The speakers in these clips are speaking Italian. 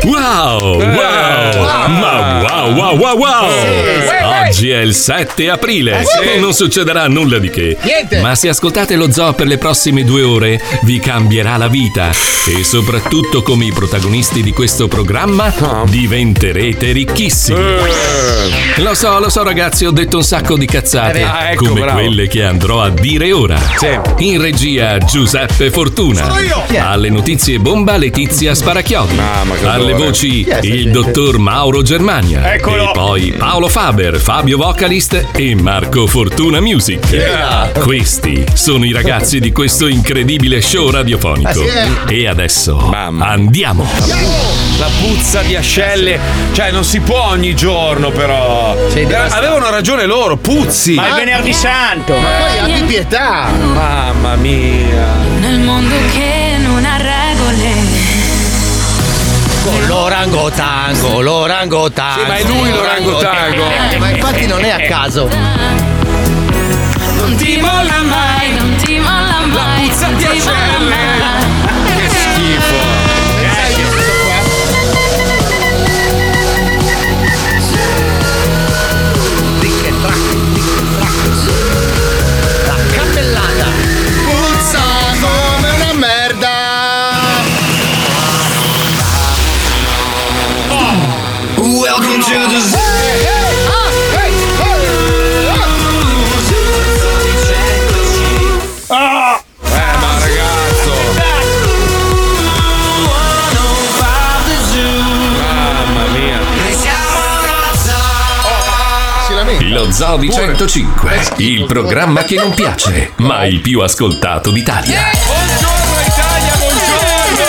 Wow! Ma wow! Oggi è il 7 aprile e non succederà nulla di che. Niente. Ma se ascoltate lo Zoo per le prossime 2 ore, vi cambierà la vita. E soprattutto, come i protagonisti di questo programma, diventerete ricchissimi. Lo so ragazzi, ho detto un sacco di cazzate, come quelle che andrò a dire ora. In regia Giuseppe Fortuna. Sono io. Alle notizie bomba Letizia Sparacchiodi. Alle voci il dottor Mauro Germania. Eccolo. E poi Paolo Faber, Fabio Vocalist e Marco Fortuna Music. Questi sono i ragazzi di questo incredibile show radiofonico. E adesso andiamo. La puzza di ascelle, cioè non si può ogni giorno, però. Avevano ragione loro, puzzi. Ma è venerdì santo. Ma poi abbi pietà. Mamma mia. Nel mondo che non ha regole. L'orangotango. Sì, ma è lui l'orangotango. Ma infatti non è a caso. Non ti molla mai, non ti molla mai. Puzza non di ti molla ascelle. mai. Che schifo. La cappellata. Puzza come una merda. Welcome to the zoo. Ma ragazzo. Mamma mia. Si lamenta. Lo Zoo di 105, il programma che non piace, ma il più ascoltato d'Italia. Buongiorno Italia, buongiorno.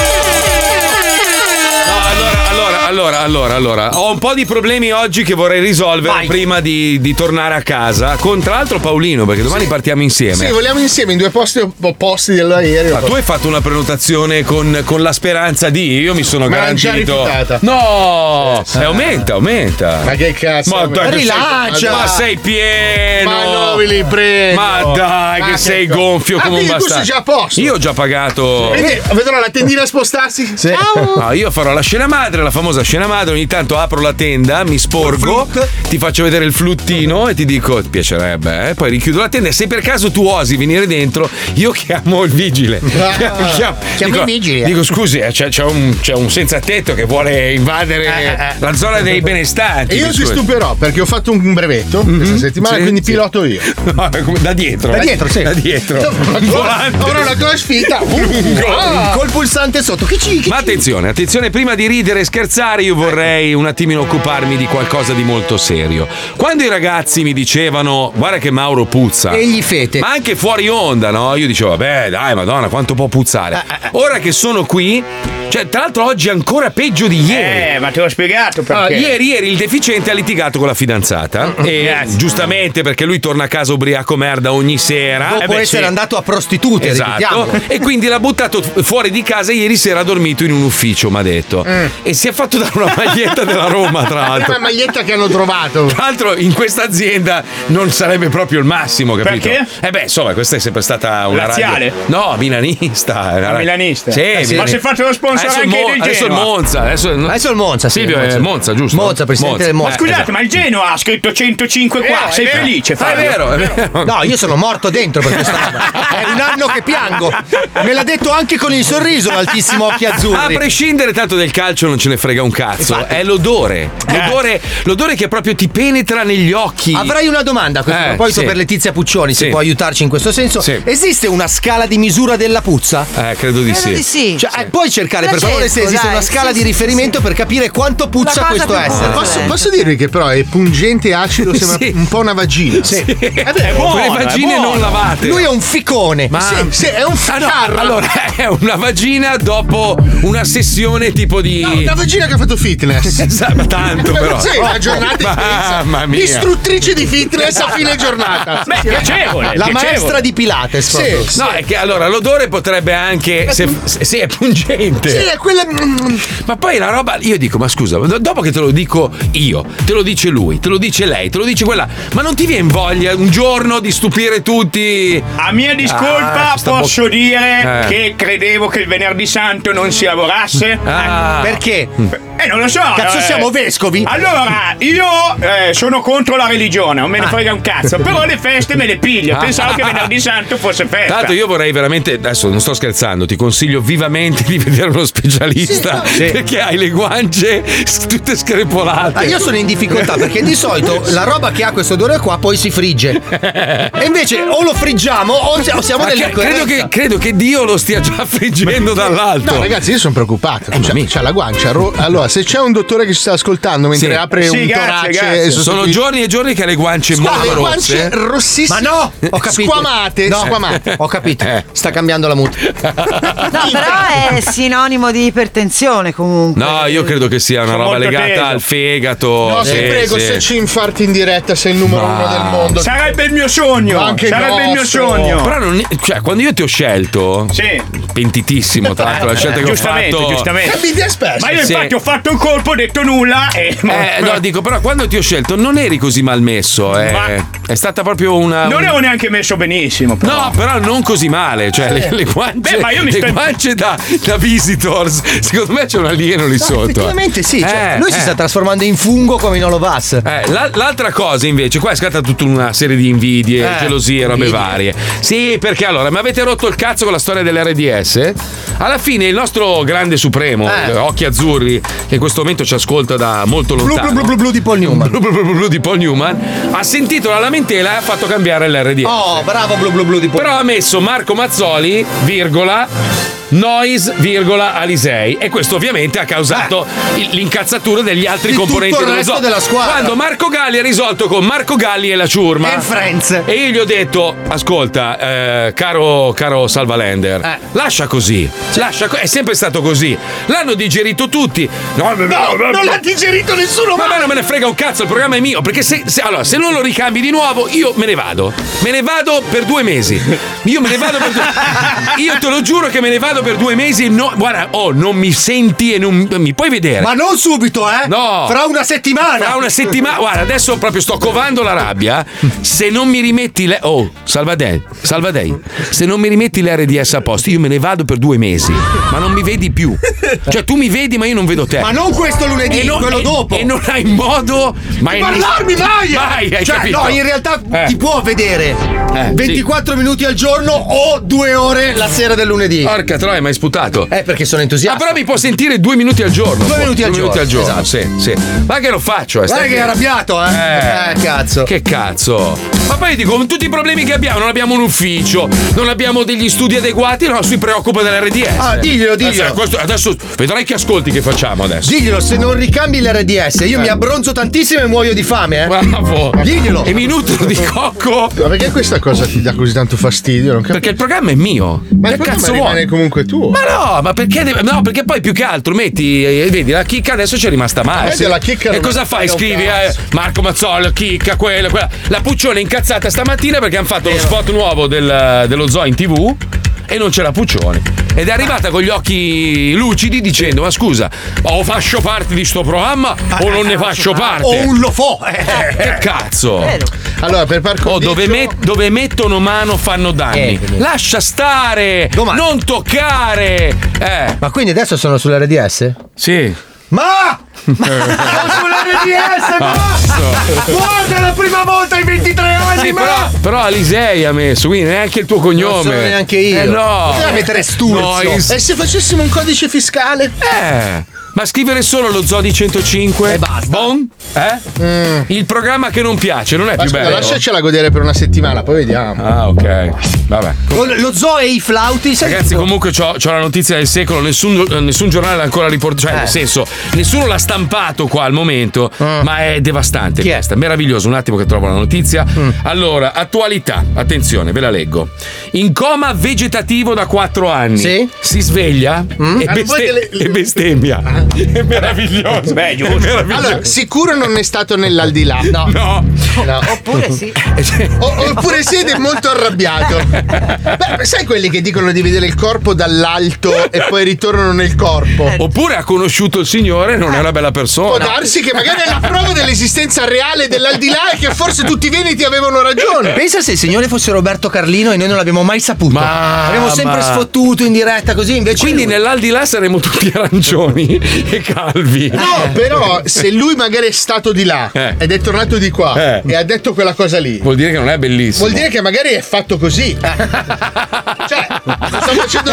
No, allora, ho un po' di problemi oggi che vorrei risolvere prima di tornare a casa. Con tra l'altro Paolino, perché domani partiamo insieme. Sì, vogliamo insieme in 2 posti opposti dell'aereo. Ma tu hai fatto una prenotazione con la speranza di. Io mi sono l'hanno già garantito. rifiutata. No! aumenta. Ma che cazzo? Ma dai, rilancia. Ma sei pieno! Ma non ve li prendo. Ma dai, che sei gonfio come un tu bastardo. sei già a posto. Io ho già pagato. Quindi vedrò la tendina spostarsi? Sì. No, io farò la scena madre, la famosa scena madre. Ogni tanto apro la tenda, mi sporgo, ti faccio vedere il fluttino e ti dico: ti piacerebbe, poi richiudo la tenda. E se per caso tu osi venire dentro, io chiamo il vigile. Chiamo il vigile. Dico: scusi, c'è un senza tetto che vuole invadere la zona dei benestanti. E io ti stuperò perché ho fatto un brevetto questa settimana, quindi piloto io. No, da dietro. Da dietro, sì. Da dietro. Volante. Avrò una crossfita. Col pulsante sotto. Ma attenzione, prima di ridere e scherzare, io vorrei un attimino occuparmi di qualcosa di molto serio. Quando i ragazzi mi dicevano: guarda che Mauro puzza, Egli fete. ma anche fuori onda, no? Io dicevo: vabbè, dai, madonna, quanto può puzzare. Ora che sono qui, cioè, tra l'altro oggi è ancora peggio di ieri. Ma te l'ho spiegato perché. Ieri il deficiente ha litigato con la fidanzata e giustamente, perché lui torna a casa ubriaco merda ogni sera. Dopo essere andato a prostitute, Esatto. ripetiamo. E quindi l'ha buttato fuori di casa. Ieri sera ha dormito in un ufficio, m'ha detto. E si è fatto dare una maglietta della Roma, tra l'altro. Una maglietta che hanno trovato. Tra l'altro in questa azienda non sarebbe proprio il massimo, capito? Perché? Insomma, questa è sempre stata una Razziale? radio. No, milanista. Milanista? Sì, Ma si è fatto lo sponsor anche del adesso il Genoa. Monza. Adesso il Monza, sì. Silvio è Monza, giusto? Monza, presidente del Monza. Ma scusate, ma il Genoa ha scritto 105 qua. Sei felice, È Fabio? vero. No, io sono morto dentro per questa roba. È un anno che piango. Me l'ha detto anche con il sorriso l'altissimo occhi azzurri. A prescindere tanto del calcio non ce ne frega un cazzo. Infatti. È l'odore. L'odore che proprio ti penetra negli occhi. Avrai una domanda a questo proposito sì. per Letizia Puccioni, se Sì. può aiutarci in questo senso. Sì. Esiste una scala di misura della puzza? Credo di sì. Sì. Cioè, puoi cercare La per favore se cerco, esiste dai. una scala Sì, di sì, riferimento per capire quanto puzza La cosa questo più essere. buona. Posso dirvi che però è pungente e acido, sembra Sì. un po' una vagina. Sì. È buono, Quelle vagine è buono. non lavate. Lui è un ficone. Sì, è un ficarro. Allora, è una vagina dopo una sessione tipo di. No, una vagina che ha fatto fitness. Esatto, tanto però. Sì, una giornata intensa. Mamma mia. Istruttrice di fitness a fine giornata. Beh, piacevole. La piacevole. maestra di Pilates. proprio. No, è che allora l'odore potrebbe anche. Se è pungente. Sì, è quella. Ma poi la roba, io dico, ma scusa, dopo che te lo dico io, te lo dice lui, te lo dice lei, te lo dice quella, ma non ti viene voglia un giorno di stupire tutti? A mia discolpa questa posso dire Eh. che credevo che il venerdì santo non si lavorasse. Perché? Non lo so. Cazzo, siamo vescovi? Allora, io sono contro la religione, non me ne frega un cazzo. Però le feste me le piglio. Pensavo che venerdì santo fosse festa. Tanto io vorrei veramente, adesso non sto scherzando, ti consiglio vivamente di vedere uno specialista perché hai le guance tutte screpolate. Io sono in difficoltà perché di solito la roba che ha questo odore qua poi si frigge. E invece o lo friggiamo o siamo nell'incoerenza. Credo che Dio lo stia già friggendo dall'alto. No, ragazzi, io sono preoccupato. C'ha la guancia. Allora, se c'è un dottore che ci sta ascoltando mentre apre un torace, sono giorni e giorni che ha le guance molto rosse. Rossissime. Ma no, ho capito. Squamate. Ho capito. Sta cambiando la muta. No, però è sinonimo di ipertensione comunque. No, io credo che sia una roba legata al fegato. No, ti prego, se ci infarti in diretta sei il numero uno del mondo. Sarebbe il mio sogno. Sarebbe il mio sogno. Però quando io ti ho scelto, pentitissimo tra l'altro la scelta che ho fatto. Giustamente. Ma io infatti ho fatto un colpo, ho detto nulla e no, dico, però quando ti ho scelto non eri così malmesso, è stata proprio una. Non avevo neanche messo benissimo. Però. No, però non così male, cioè le guance. Ma io guance da visitors. Secondo me c'è un alieno lì sotto. Effettivamente sì, lui si sta trasformando in fungo come in Olovas. L'altra cosa invece, qua è scattata tutta una serie di invidie, gelosie, robe varie. Sì, perché allora mi avete rotto il cazzo con la storia dell'RDS? Alla fine il nostro grande supremo, Occhi Azzurri, che in questo momento ci ascolta da molto lontano. Blu di Paul Newman. Blu di Paul Newman, ha sentito la lamentela e ha fatto cambiare l'RDS. Oh, bravo blu di Paul. Però ha messo Marco Mazzoli, virgola, Noise, Alisei, e questo ovviamente ha causato l'incazzatura degli altri componenti dello zoo della squadra. Quando Marco Galli ha risolto con Marco Galli e la ciurma e Friends, e io gli ho detto ascolta caro Salvalender, lascia così, è sempre stato così, l'hanno digerito tutti. No, non l'ha digerito nessuno. Ma non me ne frega un cazzo, il programma è mio, perché se non lo ricambi di nuovo io me ne vado per 2 mesi. Io te lo giuro che me ne vado per 2 mesi e guarda, non mi senti e non mi puoi vedere. Ma non subito, No. Fra una settimana. Guarda, adesso proprio sto covando la rabbia. Se non mi rimetti Salvadei, se non mi rimetti l'RDS a posto, io me ne vado per 2 mesi. Ma non mi vedi più. Cioè tu mi vedi ma io non vedo te. Ma non questo lunedì, quello dopo. E non hai modo mai parlarmi mai, hai capito? No, in realtà ti può vedere 24 minuti al giorno o 2 ore la sera del lunedì. Porca troia, mi hai sputato. Perché sono entusiasta. Però mi può sentire 2 minuti al giorno. 2 minuti al giorno. Esatto. Sì. Ma che lo faccio? Guarda che è arrabbiato, cazzo. Che cazzo. Ma poi dico, con tutti i problemi che abbiamo, non abbiamo un ufficio, non abbiamo degli studi adeguati, no, si preoccupa dell'RDS. Diglielo. Adesso vedrai che ascolti che facciamo adesso. Diglielo, se non ricambi l'RDS, io mi abbronzo tantissimo e muoio di fame, Bravo. Diglielo. E mi nutro di cocco. Ma perché questa cosa ti dà così tanto fastidio? Non perché il programma è mio. Ma il programma rimane comunque tuo. Ma no, ma perché perché poi più che altro metti, vedi, la chicca adesso c'è rimasta male. E cosa fai? Scrivi Marco Mazzoli, chicca, quella. La Puccione è incazzata stamattina perché hanno fatto lo spot nuovo dello zoo in TV e non c'era Puccione. Ed è arrivata con gli occhi lucidi dicendo: ma scusa, o faccio parte di sto programma o non ne faccio parte? O un lo fo. Che cazzo? Allora, per par condicio... dove mettono mano fanno danni. Lascia stare, non toccare. Ma quindi adesso sono sull'RDS? Sì. Ma sull'RDS, guarda, la prima volta in 23 anni. Sì, però Alisei ha messo, quindi neanche il tuo cognome. Non sono neanche io. No. Poteva mettere Sturzo. E se facessimo un codice fiscale? Ma scrivere solo lo Zodi 105 e basta. Bon? Il programma che non piace, non è più bello. Lasciacela godere per una settimana, poi vediamo. Ah, ok. Vabbè. Lo zoo e i flauti. Ragazzi, comunque c'ho la notizia del secolo, nessun giornale l'ha ancora riportato. Cioè, nel senso, nessuno l'ha stampato qua al momento, ma è devastante questa. Meraviglioso. Un attimo che trovo la notizia. Allora, attualità, attenzione, ve la leggo. In coma vegetativo da 4 anni. Sì? Si sveglia e bestemmia. È meraviglioso. Beh, giusto. Allora, sicuro non è stato nell'aldilà. No. Oppure sì. Oppure sì, ed è molto arrabbiato. Beh, sai quelli che dicono di vedere il corpo dall'alto e poi ritornano nel corpo? Oppure ha conosciuto il Signore e non è una bella persona. Può darsi che magari è la prova dell'esistenza reale dell'aldilà e che forse tutti i veneti avevano ragione. Pensa se il Signore fosse Roberto Carlino e noi non l'abbiamo mai saputo. Abbiamo sempre sfottuto in diretta così, invece. Quindi nell'aldilà saremo tutti arancioni e calvi. No, però se lui magari è stato di là ed è tornato di qua e ha detto quella cosa lì, vuol dire che non è bellissimo. vuol dire che magari è fatto così. Cioè, sto facendo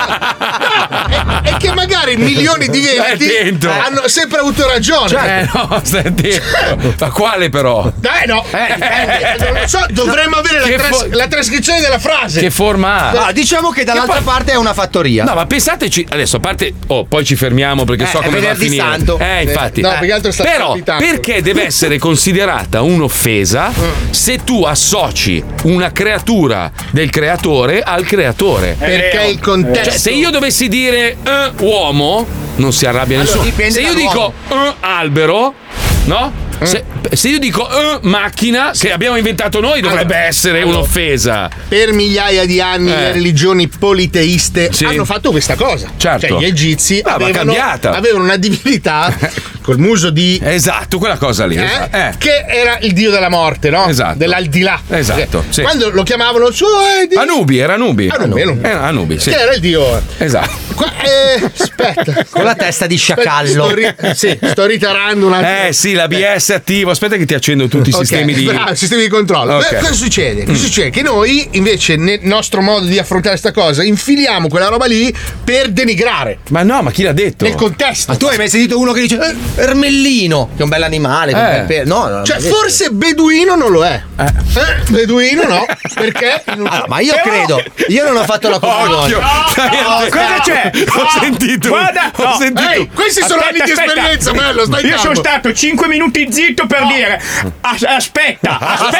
e che magari milioni di venti hanno sempre avuto ragione. No, stai attento. Ma quale però? No, non lo so, dovremmo avere la trascrizione della frase. Che forma ha? No, diciamo che dall'altra parte è una fattoria. No, ma pensateci adesso, a parte poi ci fermiamo perché so come va a finire. Santo. Infatti. No, perché altro sta però capitando. perché deve essere considerata un'offesa se tu associ una creatura del creatore al creatore? Perché il contesto. Cioè, se io dovessi dire uomo, non si arrabbia nessuno. Se io dico albero, no? Se io dico macchina, che abbiamo inventato noi, dovrebbe essere un'offesa. Per migliaia di anni le religioni politeiste hanno fatto questa cosa. Certo. Cioè gli egizi avevano una divinità col muso di... Esatto, quella cosa lì. Che era il dio della morte, no? Esatto. Dell'aldilà. Esatto. Sì. Quando lo chiamavano Era Anubi. Anubi, sì. Che era il dio. Esatto. Aspetta. Con la testa di sciacallo. Sto ritarando un attimo. Sì, l'ABS attivo. Aspetta che ti accendo tutti i sistemi di... sistemi di controllo. Okay. Cosa succede? Cosa succede? Che noi invece nel nostro modo di affrontare questa cosa infiliamo quella roba lì per denigrare. Ma no, ma chi l'ha detto? Nel contesto. Ma tu hai mai sentito uno che dice ermellino, che è un bel animale, no, cioè forse beduino non lo è. Beduino no, perché ma io credo, io non ho fatto la comunione. Cosa c'è? Ho sentito. Guarda, ho sentito. Ehi, questi sono anni di esperienza, bello, stai Io sono stato 5 minuti zitto per dire aspetta.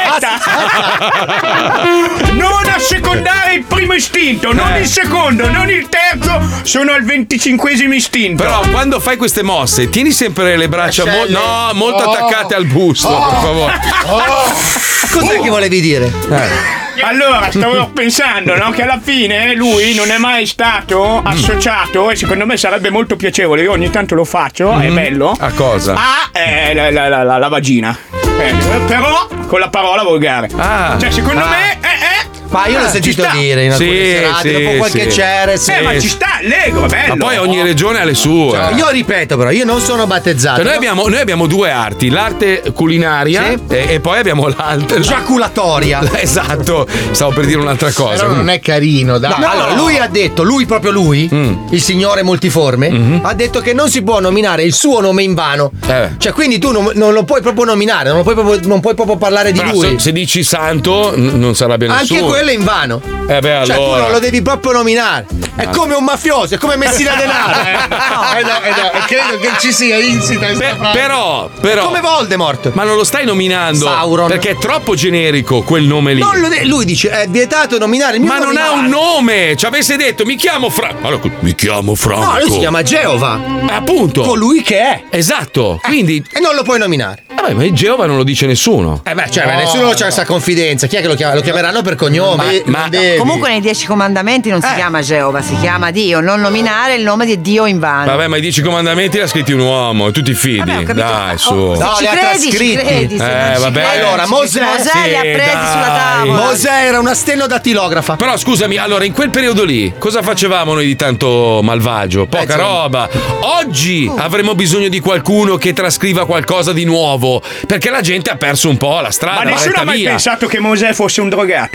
Non assecondare il primo istinto, non il secondo, non il terzo, sono al 25esimo istinto. Però quando fai queste mosse, tieni sempre le braccia molto attaccate al busto, per favore. Cos'è che volevi dire? Allora, stavo pensando, no, che alla fine lui non è mai stato associato, e secondo me sarebbe molto piacevole, io ogni tanto lo faccio, è bello. A cosa? La vagina. Però con la parola volgare. Cioè, secondo me Ma io l'ho sentito dire in alcune serate, dopo qualche Ceres. Ma ci sta, l'ego, è bello. Ma poi ogni regione ha le sue. Io ripeto, però, io non sono battezzato. Cioè, noi abbiamo due arti, l'arte culinaria e poi abbiamo l'arte giaculatoria. Esatto, stavo per dire un'altra cosa. Però non è carino, dai. No, allora, lui ha detto, il signore multiforme, ha detto che non si può nominare il suo nome in vano. Cioè, quindi tu non lo puoi proprio nominare, non puoi proprio parlare di però lui. Se dici santo, non sarà bene anche nessuno. quello è in vano. Allora. Cioè, tu non lo devi proprio nominare. È come un mafioso, è come Messina Denaro. Credo che ci sia insita. Però come Voldemort. Ma non lo stai nominando Sauron. Perché è troppo generico quel nome lì. Lui dice è vietato nominare il mio nome. Ma non ha un nome. Ci avesse detto mi chiamo Franco. Allora, mi chiamo Franco. No, lui si chiama Geova. Appunto. Colui che è. Esatto. Quindi. E non lo puoi nominare. Ma il Geova non lo dice nessuno. Nessuno c'ha questa confidenza. Chi è che lo chiama? Lo chiameranno per cognome. Ma comunque nei 10 comandamenti non si chiama Geova, si chiama Dio. Non nominare il nome di Dio in vano. Vabbè, ma i 10 comandamenti li ha scritti un uomo, e tu ti fidi. Dai, su. No, li ha trascritti. Vabbè. Allora, Mosè li ha presi sulla tavola. Mosè era una stenodattilografa. Però scusami, allora in quel periodo lì cosa facevamo noi di tanto malvagio? Poca roba. Oggi avremo bisogno di qualcuno che trascriva qualcosa di nuovo, perché la gente ha perso un po' la strada. Ma nessuno ha mai pensato che Mosè fosse un drogato.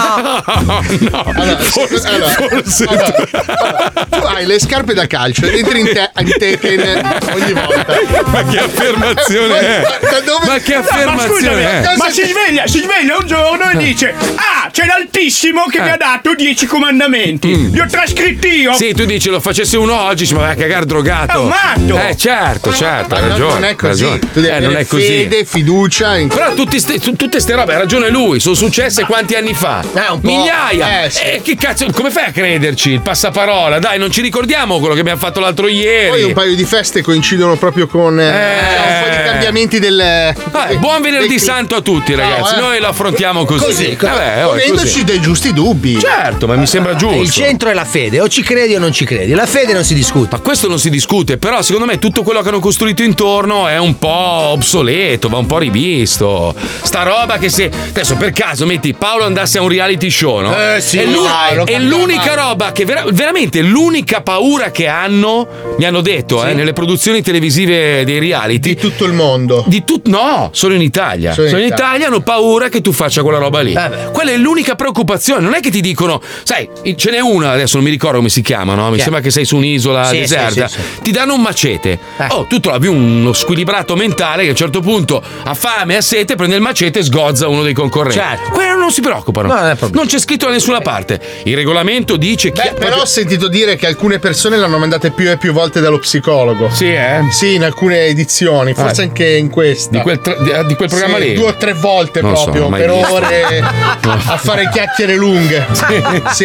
No. Allora, forse. Tu hai le scarpe da calcio ed entri in Tekken ogni volta. Ma che affermazione è? Ma che affermazione è? Ma si sveglia un giorno e dice: c'è l'Altissimo che mi ha dato 10 comandamenti. Li ho trascritti io. Sì, tu dici lo facesse uno oggi, ma vai a cagare drogato. È un matto. Certo, hai ragione. Non è così. Tu devi avere fede, fiducia. Però tutte ste robe, ha ragione lui, sono successe quanti anni fa? Un po'. Migliaia. Che cazzo, come fai a crederci? Il passaparola, dai, non ci ricordiamo quello che abbiamo fatto l'altro ieri. Poi un paio di feste coincidono proprio con un po' di cambiamenti del. Buon venerdì santo a tutti, ragazzi. Noi lo affrontiamo così. Così. ponendoci dei giusti dubbi. Certo, ma mi sembra giusto. Il centro è la fede, o ci credi o non ci credi. La fede non si discute. Ma questo non si discute, però secondo me tutto quello che hanno costruito intorno è un po' obsoleto, va un po' rivisto. Sta roba che se adesso per caso metti Paolo andasse a un reality show, no? Sì, è l'unica roba che veramente l'unica paura che hanno, mi hanno detto, nelle produzioni televisive dei reality. Di tutto il mondo. No, solo in Italia. Solo in Italia hanno paura che tu faccia quella roba lì. Quella è l'unica preoccupazione. Non è che ti dicono, sai, ce n'è una, adesso non mi ricordo come si chiama, no? Mi sembra che sei su un'isola deserta. Sì. Ti danno un macete. Tu trovi uno squilibrato mentale che a un certo punto ha fame, ha sete, prende il macete e sgozza uno dei concorrenti. Certo. Quello non si preoccupano. Non c'è scritto da nessuna parte. Il regolamento dice che. Però ho sentito dire che alcune persone l'hanno mandate più e più volte dallo psicologo. Sì, Sì, in alcune edizioni, forse anche in questa. Di quel programma lì? 2 o 3 volte non proprio, so, per visto. ore a fare chiacchiere lunghe. Sì.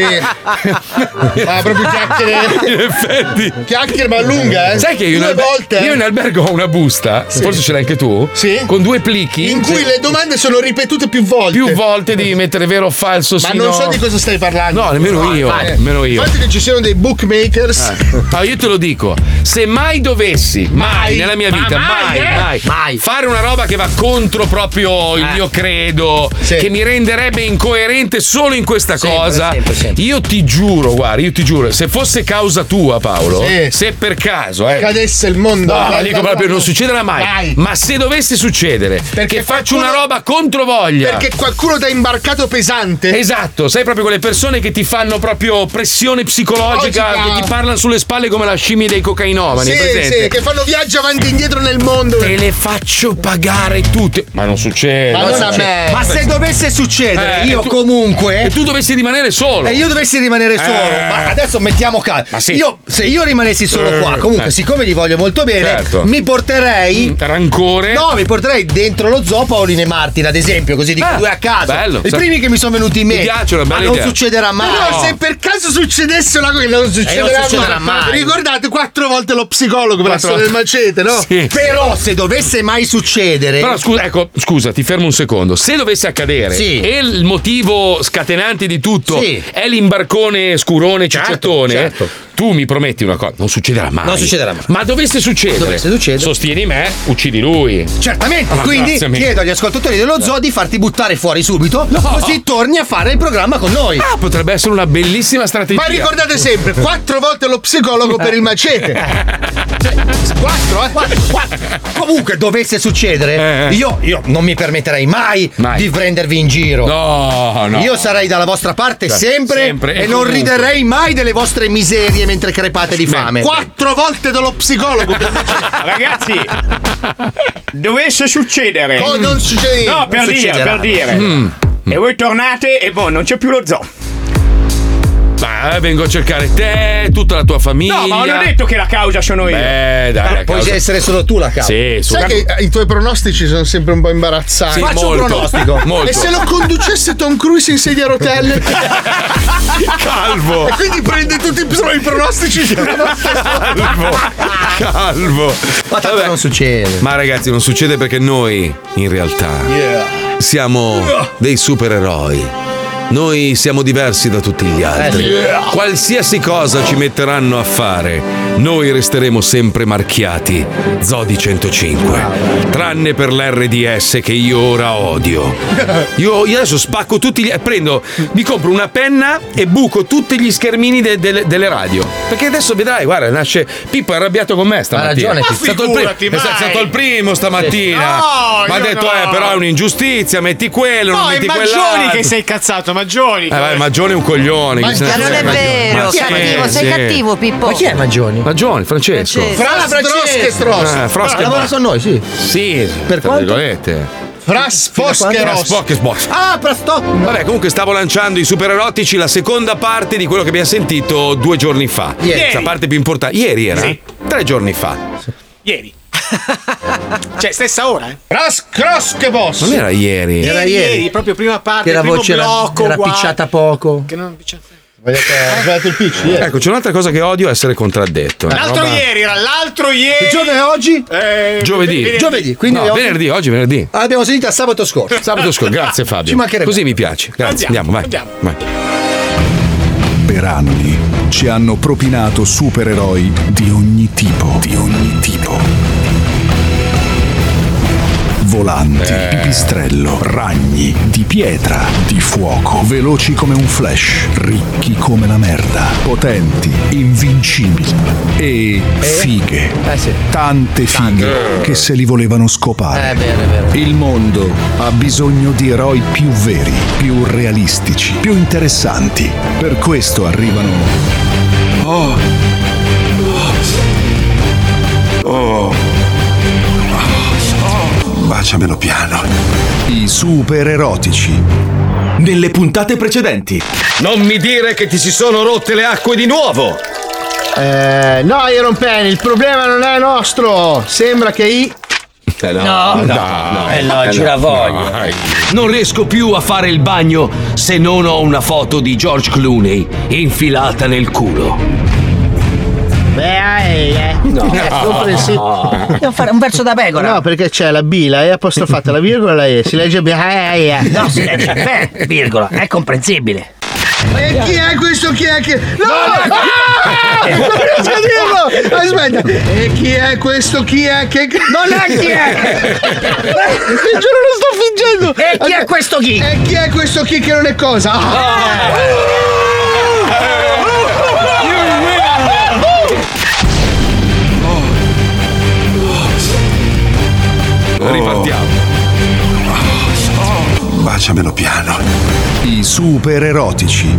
Ma proprio chiacchiere. In effetti. Chiacchiere ma lunghe, Sai che io in albergo ho una busta, forse ce l'hai anche tu? Sì. Con 2 plicchi. In cui le domande sono ripetute più volte. Più volte devi mettere vero o falso. Ma non so di cosa stai parlando. No, nemmeno io. Infatti che ci siano dei bookmakers. Io te lo dico, se mai dovessi, mai nella mia vita, mai fare una roba che va contro proprio il mio credo, che mi renderebbe incoerente solo in questa cosa, sempre. io ti giuro, se fosse causa tua, Paolo, se per caso cadesse il mondo, no, dico proprio non succederà mai. Ma se dovesse succedere, perché faccio una roba contro voglia, perché qualcuno ti ha imbarcato pesante. Esatto, sai, proprio quelle persone che ti fanno proprio pressione psicologica, che ti parlano sulle spalle come la scimmia dei cocainomani. Sì, che fanno viaggi avanti e indietro nel mondo. Te le faccio pagare tutte. Ma non succede. Ma non a me. Ma se dovesse succedere, io comunque. E tu dovessi rimanere solo. E io dovessi rimanere solo. Ma adesso mettiamo calma. Sì. Se io rimanessi solo qua, comunque, siccome li voglio molto bene, mi porterei. Rancore? No, mi porterei dentro lo zoo Paolino e Martin, ad esempio, così dico 2 a caso. Bello. I primi che mi sono venuti in mente. Mi piace, una bella ma non idea. succederà mai. Però se per caso succedesse una cosa che non succederà mai. Ricordate 4 volte lo psicologo per la storia del macete, no? Sì. Però se dovesse mai succedere. Però scusa, ti fermo un secondo. Se dovesse accadere e il motivo scatenante di tutto è l'imbarcone scurone cicciatone, tu mi prometti una cosa, non succederà mai. Non succederà mai. Ma dovesse succedere, sostieni me, uccidi lui. Certamente, quindi chiedo agli ascoltatori dello zoo di farti buttare fuori subito, così torni a fare il programma con noi. Potrebbe essere una bellissima strategia. Ma ricordate sempre, 4 volte lo psicologo per il macete. 4. Comunque dovesse succedere, io non mi permetterei mai di prendervi in giro. No. Io sarei dalla vostra parte sempre e non riderei mai delle vostre miserie mentre crepate di fame. 4 volte dallo psicologo. Ragazzi, dovesse succedere. Non succede. No, per dire. E voi tornate e non c'è più lo zoo. Ma vengo a cercare te, tutta la tua famiglia. No, ma non ho detto che la causa sono io. Dai, puoi essere solo tu la causa. Sì, sai che i tuoi pronostici sono sempre un po' imbarazzanti. Faccio un pronostico. Molto. E se lo conducesse Tom Cruise in sedia a rotelle? Calvo. E quindi prende tutti i pronostici. Calvo. Ma tanto non succede. Ma ragazzi, non succede perché noi, in realtà, siamo dei supereroi. Noi siamo diversi da tutti gli altri. Qualsiasi cosa ci metteranno a fare, noi resteremo sempre marchiati Zodi 105. Tranne per l'RDS che io ora odio. Io adesso spacco tutti gli. Mi compro una penna e buco tutti gli schermini delle radio. Perché adesso vedrai, guarda, nasce. Pippo è arrabbiato con me stamattina. Ha ragione, è stato il primo stamattina. No, ma ha detto, però è un'ingiustizia, metti quello, non metti quell'altro. Maggioni che sei cazzato, Maggioni. Maggioni è un coglione. Ma non è vero, sei cattivo, Pippo. Ma chi è Maggioni? Maggioni, Francesco. Francesco. Lavora con noi, sì. Sì, per quanto? Frasposcheros. Ah, Prastock. Vabbè, comunque stavo lanciando i super erotici, la seconda parte di quello che abbiamo sentito 2 giorni fa. La parte più importante. Ieri era? Sì. 3 giorni fa. Ieri. Cioè, stessa ora, Frasposcheros. Non era ieri. Era ieri. proprio prima parte. Che la primo voce blocco, era picciata poco. Che non picciata. Ho sbagliato il pitch ieri. Ecco, c'è un'altra cosa che odio, essere contraddetto. L'altro ieri era l'altro ieri. Che giorno è oggi? Giovedì. Quindi No, venerdì, oggi è venerdì. Abbiamo sentito sabato scorso. Sabato scorso, grazie Fabio. Ci mancherebbe. Così mi piace. Grazie. Andiamo, vai. Vai. Per anni ci hanno propinato supereroi di ogni tipo. Volanti, pipistrello, ragni, di pietra, di fuoco, veloci come un flash, ricchi come la merda, potenti, invincibili e fighe. Tante fighe che se li volevano scopare. È vero. Il mondo ha bisogno di eroi più veri, più realistici, più interessanti. Per questo arrivano... Baciamelo piano. I super erotici. Nelle puntate precedenti. Non mi dire che ti si sono rotte le acque di nuovo. No, Iron Pen, il problema non è nostro. Sembra che No, ci la voglio. Non riesco più a fare il bagno se non ho una foto di George Clooney infilata nel culo. Devo fare un verso da pecora. No, perché c'è la B, la E apostrofata, la virgola e la E. Si legge No, si legge virgola, è comprensibile. E chi è questo? Chi è che... No! Non riesco a dirlo! Aspetta. E chi è questo? Chi è che... Non è chi è! Ti giuro, non sto fingendo! E chi è questo chi? E chi è questo chi che non è cosa? Ripartiamo. Baciamelo piano. I super erotici.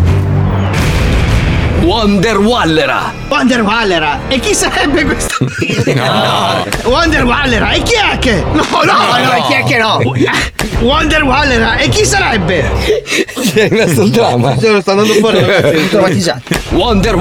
Wonder Wallera. E chi sarebbe questo? No. Wonder Wallera. E chi è che? No, chi è che no? Wonder Wallera. E chi sarebbe? È rimasto un dramma. Se lo sta andando fuori. Traumatizzato. Wonder.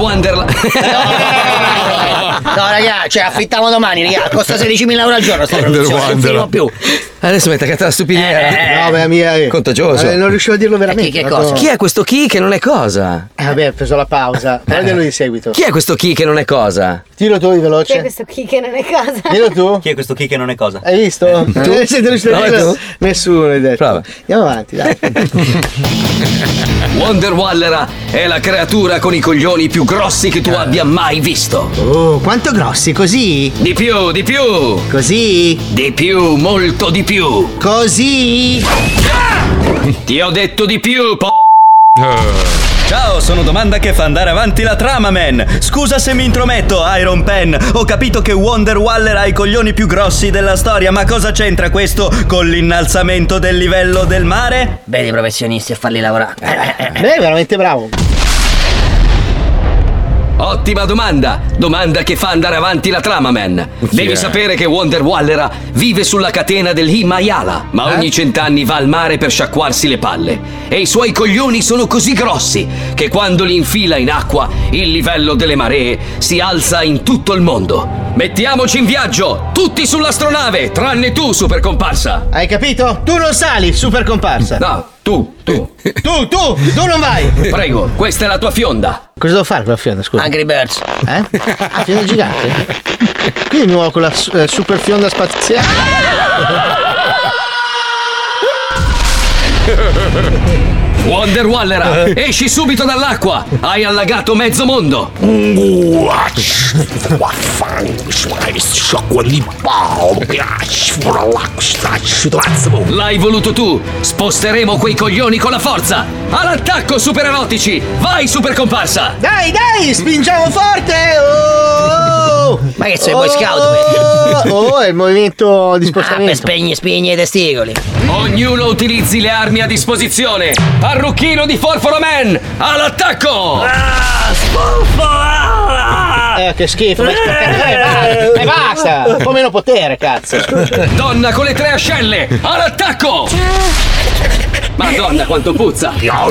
No, ragazzi, affittiamo domani, ragazzi. Costa 16.000 euro al giorno. Non finimo più. Adesso mi attaccate la stupidità. No, beh, mia. Contagioso. Non riuscivo a dirlo veramente. Che cosa? Chi è questo chi che non è cosa? Vabbè, ho preso la pausa. Guardalo di seguito. Chi è questo chi che non è cosa? Dillo tu di veloce. Chi è questo chi che non è cosa? Dillo tu. Chi è questo chi che non è cosa? Hai visto? Tu? Siete riusciti a dirlo? Tu? Nessuno hai detto. Prova. Andiamo avanti, dai. Wonder Wallera è la creatura con i coglioni più grossi che tu abbia mai visto. Oh, quanto grossi? Così? Di più. Così? Di più, molto di più. Così? Ti ho detto di più, Ciao, sono Domanda che fa andare avanti la trama, man. Scusa se mi intrometto, Iron Pen. Ho capito che Wonder Waller ha i coglioni più grossi della storia, ma cosa c'entra questo con l'innalzamento del livello del mare? Vedi i professionisti a farli lavorare. Beh, veramente bravo. Ottima domanda che fa andare avanti la trama, man. Devi sapere che Wonder Wallera vive sulla catena dell'Himalaya, ma ogni 100 anni va al mare per sciacquarsi le palle. E i suoi coglioni sono così grossi che quando li infila in acqua il livello delle maree si alza in tutto il mondo. Mettiamoci in viaggio, tutti sull'astronave, tranne tu, super comparsa. Hai capito? Tu non sali, super comparsa. No, tu Tu non vai. Prego, questa è la tua fionda. Cosa devo fare con la fionda, scusa? Angry Birds. Fionda gigante? Quindi mi muovo con la super fionda spaziale. Wonder Wallera, esci subito dall'acqua! Hai allagato mezzo mondo! L'hai voluto tu! Sposteremo quei coglioni con la forza! All'attacco, super erotici! Vai, super comparsa! Dai, spingiamo forte! Oh! Ma che sei Boy Scout? Oh, è il movimento di spostamento. Per spegne i testicoli. Ognuno utilizzi le armi a disposizione! Parrucchino di Forforo Man! All'attacco! Che schifo! Basta! Un po' meno potere, cazzo! Donna con le 3 ascelle! All'attacco! Madonna, quanto puzza!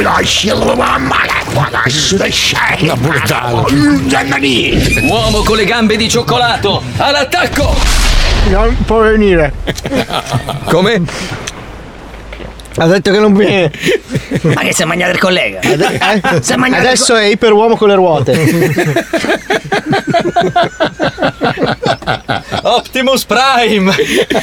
Uomo con le gambe di cioccolato! All'attacco! Non può venire. Come? Ha detto che non viene. Ma che si è mangiato il collega? Adesso è iperuomo con le ruote. Optimus Prime.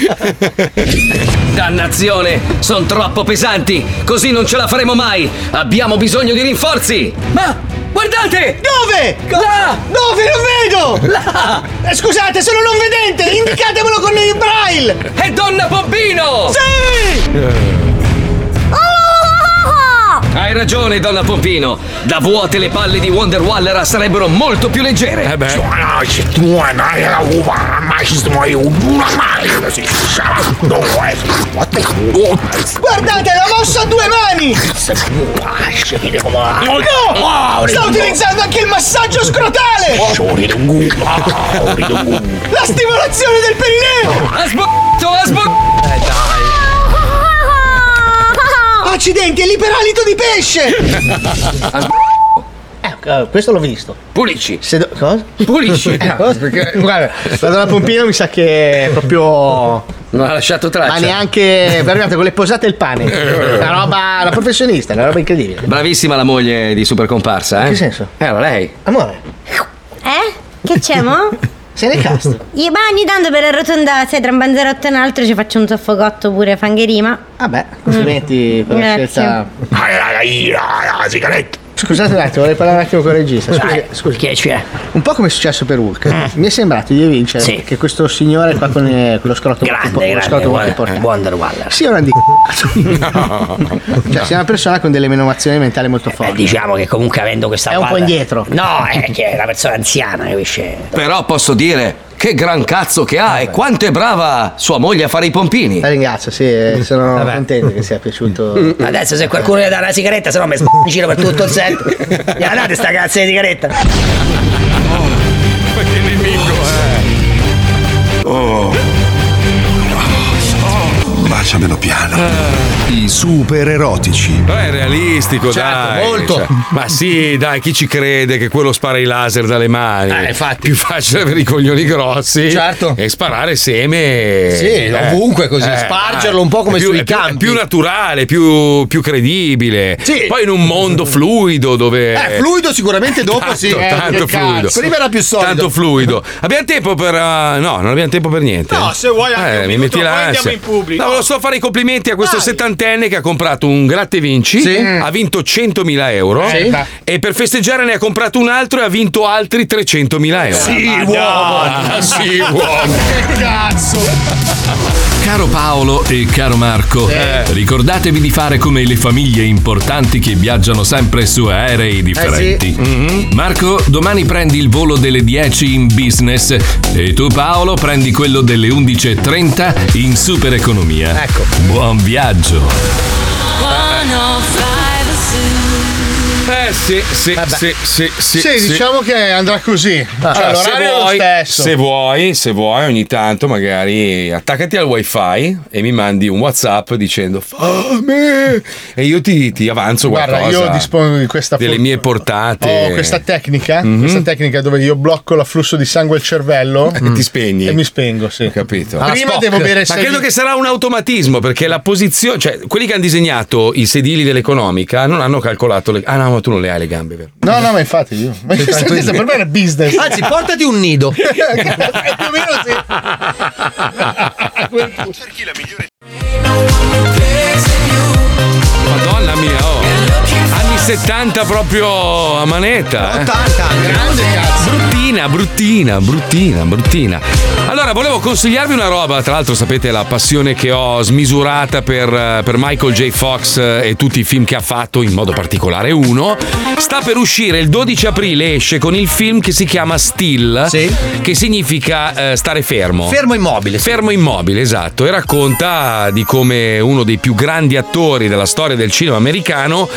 Dannazione, sono troppo pesanti. Così non ce la faremo mai. Abbiamo bisogno di rinforzi. Ma guardate! Dove? Là! Dove? Non vedo! Là! Scusate, sono non vedente! Indicatemelo con il braille! È Donna Pompino! Sì! Hai ragione, Donna Pompino. Da vuote le palle di Wonder Wallera sarebbero molto più leggere. Guardate, l'ho mosso a 2 mani! No! Sta utilizzando anche il massaggio scrotale! La stimolazione del perineo! Accidenti, è l'iperalito di pesce! Questo l'ho visto. Pulisci. Cosa? Pulisci. Cosa? Perché, guarda, la Donna Pompino mi sa che è proprio... Non ha lasciato traccia. Ma neanche, guardate, con le posate e il pane. Una professionista, una roba incredibile. Bravissima la moglie di Super Comparsa, eh? In che senso? Era lei. Amore. Che c'è, mo? Sei nel cast? Io ma ogni tanto per arrotondare, sai, tra un banzerotto e un altro ci faccio un soffocotto pure fangherima. Vabbè, complimenti per la scelta. La sigaretta. Scusate un attimo, vorrei parlare un attimo con il regista. Scusi. Che c'è? Un po' come è successo per Hulk. Mi è sembrato di vincere che questo signore qua con quello scroto Wonder Waller. sia un cioè sia una persona con delle menomazioni mentali molto forti. Diciamo che comunque avendo questa è un po' indietro. No, è che è una persona anziana, capisci? Però posso dire che gran cazzo che ha e quanto è brava sua moglie a fare i pompini. La ringrazio, sì, sono contento che sia piaciuto. Adesso se qualcuno gli dà una sigaretta, se no mi in giro per tutto il set. Gliela date sta cazzo di sigaretta. Che nemico, Baciamelo piano. I super erotici. È realistico, dai. molto. Cioè, ma sì, dai, chi ci crede che quello spara i laser dalle mani? Infatti. Più facile avere i coglioni grossi. Certo. E sparare seme. Sì, ovunque così, spargerlo un po' come sui campi. È più naturale, più credibile. Sì. Poi in un mondo fluido dove. Fluido sicuramente dopo tanto, sì. Tanto fluido. Prima era più solido. Tanto fluido. Abbiamo tempo per. No, non abbiamo tempo per niente. No, se vuoi anche mi metti l'ansia. in pubblico. No, volevo solo fare i complimenti a questo settantenne che ha comprato un gratta e vinci, ha vinto 100.000 euro e per festeggiare ne ha comprato un altro e ha vinto altri 300.000 euro. Sì, uomo! Sì, uomo! Che cazzo! Caro Paolo e caro Marco, ricordatevi di fare come le famiglie importanti che viaggiano sempre su aerei differenti. Marco, domani prendi il volo delle 10 in business e tu Paolo prendi quello delle 11.30 in super economia. Ecco. Buon viaggio. Sì, diciamo che andrà così. Allora, l'orario è lo stesso. se vuoi, ogni tanto magari attaccati al wifi e mi mandi un WhatsApp dicendo fame e io ti avanzo Guarda, qualcosa. io dispongo di questa delle mie portate. Ho questa tecnica dove io blocco l'afflusso di sangue al cervello e ti spegni. E mi spengo, sì. Ho capito. Prima devo bere Ma credo che sarà un automatismo perché la posizione, cioè quelli che hanno disegnato i sedili dell'economica non hanno calcolato le. Ah no, ma tu non le hai le gambe, vero? No, ma infatti io. Ma questo per me è business. Anzi, portati un nido. Più o meno sì. Cerchi la migliore. Madonna mia, anni 70 proprio a manetta. 80, grande cazzo. Bruttina. Allora, volevo consigliarvi una roba. Tra l'altro, sapete la passione che ho smisurata per Michael J. Fox e tutti i film che ha fatto, in modo particolare uno. Sta per uscire il 12 aprile, esce con il film che si chiama Still, che significa stare fermo. Fermo immobile. Fermo immobile, esatto. E racconta di come uno dei più grandi attori della storia del cinema americano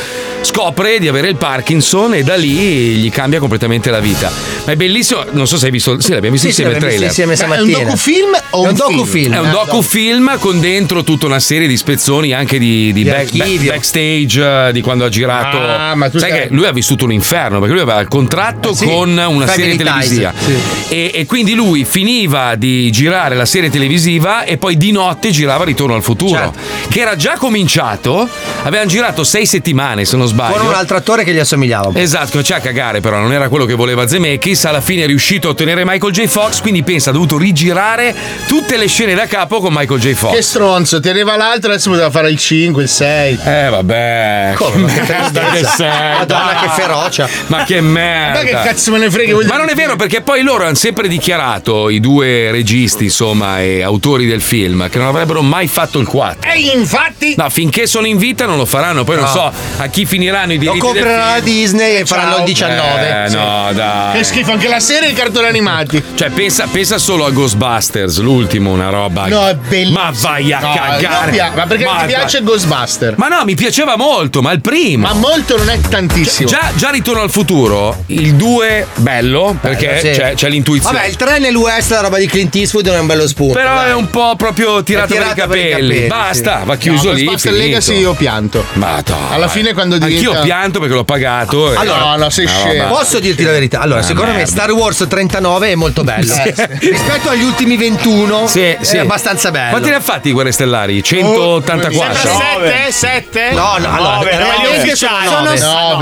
scopre di avere il Parkinson e da lì gli cambia completamente la vita. Ma è bellissimo, non so se hai visto, sì, l'abbiamo visto insieme il trailer. Insieme È un docufilm o un docufilm? È un docufilm con dentro tutta una serie di spezzoni anche di backstage di quando ha girato. Ma tu sai che lui ha vissuto un inferno perché lui aveva il contratto con una serie televisiva e quindi lui finiva di girare la serie televisiva e poi di notte girava Ritorno al futuro, che era già cominciato, avevano girato 6 settimane se non sbaglio, con un altro attore che gli assomigliava. Esatto, c'è a cagare, però non era quello che voleva Zemeckis. Alla fine è riuscito a ottenere Michael J. Fox, quindi pensa, ha dovuto rigirare tutte le scene da capo con Michael J. Fox. Che stronzo, teneva l'altro, adesso poteva fare il 5, il 6. Vabbè. Come? Che sei? Madonna, che ferocia. Ma che merda. Ma che cazzo me ne frega? Ma non è vero, perché poi loro hanno sempre dichiarato, i due registi, insomma, e autori del film, che non avrebbero mai fatto il 4. E infatti. No, finché sono in vita non lo faranno. Poi non so a chi finiranno i diritti. Lo comprerà la Disney e faranno il 19. No, dai. Che schifo, anche la serie e i cartoni animati. Cioè, pensa solo a Ghostbusters, l'ultimo, una roba. No, è bellissimo. Ma vai a cagare. Ma perché ti piace Ghostbusters? Ma no, mi piaceva molto, ma il primo. Ma molto non è tantissimo. Già Ritorno al futuro, il 2 bello, perché c'è l'intuizione. Vabbè, il 3 nell'West, la roba di Clint Eastwood è un bello spunto. Però è un po' proprio tirata per i capelli. Basta, va chiuso lì. Ghostbusters Legacy io pianto. Ma alla fine quando diventa... Anch'io pianto perché l'ho pagato. Allora, no, sei scemo. Posso dirti la verità? Allora, secondo me Star Wars 39 è molto bello. Rispetto agli ultimi 21 è abbastanza bello. Quanti ne ha fatti i Guerre Stellari? 184. 7? No, allora, realmente sono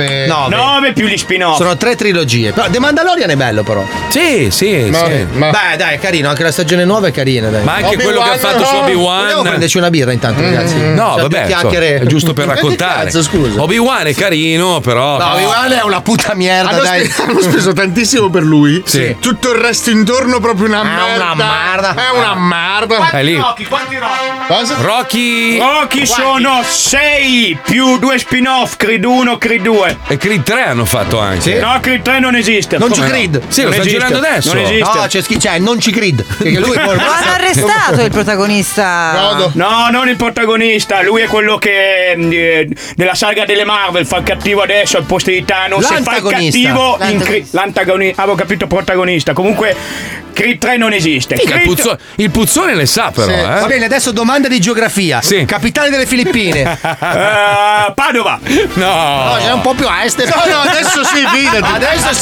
9 più gli spin-off. Sono 3 trilogie. Però The Mandalorian è bello, però. Sì. Beh, dai, è carino, anche la stagione nuova è carina, dai. Ma anche quello che ha fatto su Obi-Wan. Volevo prenderci una birra intanto, ragazzi. No, vabbè, è giusto per raccontare. Cazzo, scusa. Obi-Wan è carino, però. No, Obi-Wan è una puta merda, dai. Hanno speso tantissimo per lui. Sì. Tutto il resto intorno proprio una merda. È una merda. È lì. Quanti Rocky? Cosa? Rocky sono 6 più 2 spin-off, Creed 1, Creed 2. E Creed 3 hanno fatto anche. No, Creed 3 non esiste. Non ci Creed. Sì, lo sta girando adesso. Non esiste. No, c'è non ci Creed. Perché lui Lo hanno arrestato il protagonista. No, non il protagonista. Lui è quello che nella saga delle Marvel fa il cattivo adesso al posto di Thanos. Se fa il cattivo l'antagonista. Avevo capito protagonista. Comunque Creed 3 non esiste. Il puzzone le sa però. Va bene, adesso domanda di geografia. Sì. Capitale delle Filippine. Padova. No, c'è un po' più a est. No, adesso sì, fidati. Adesso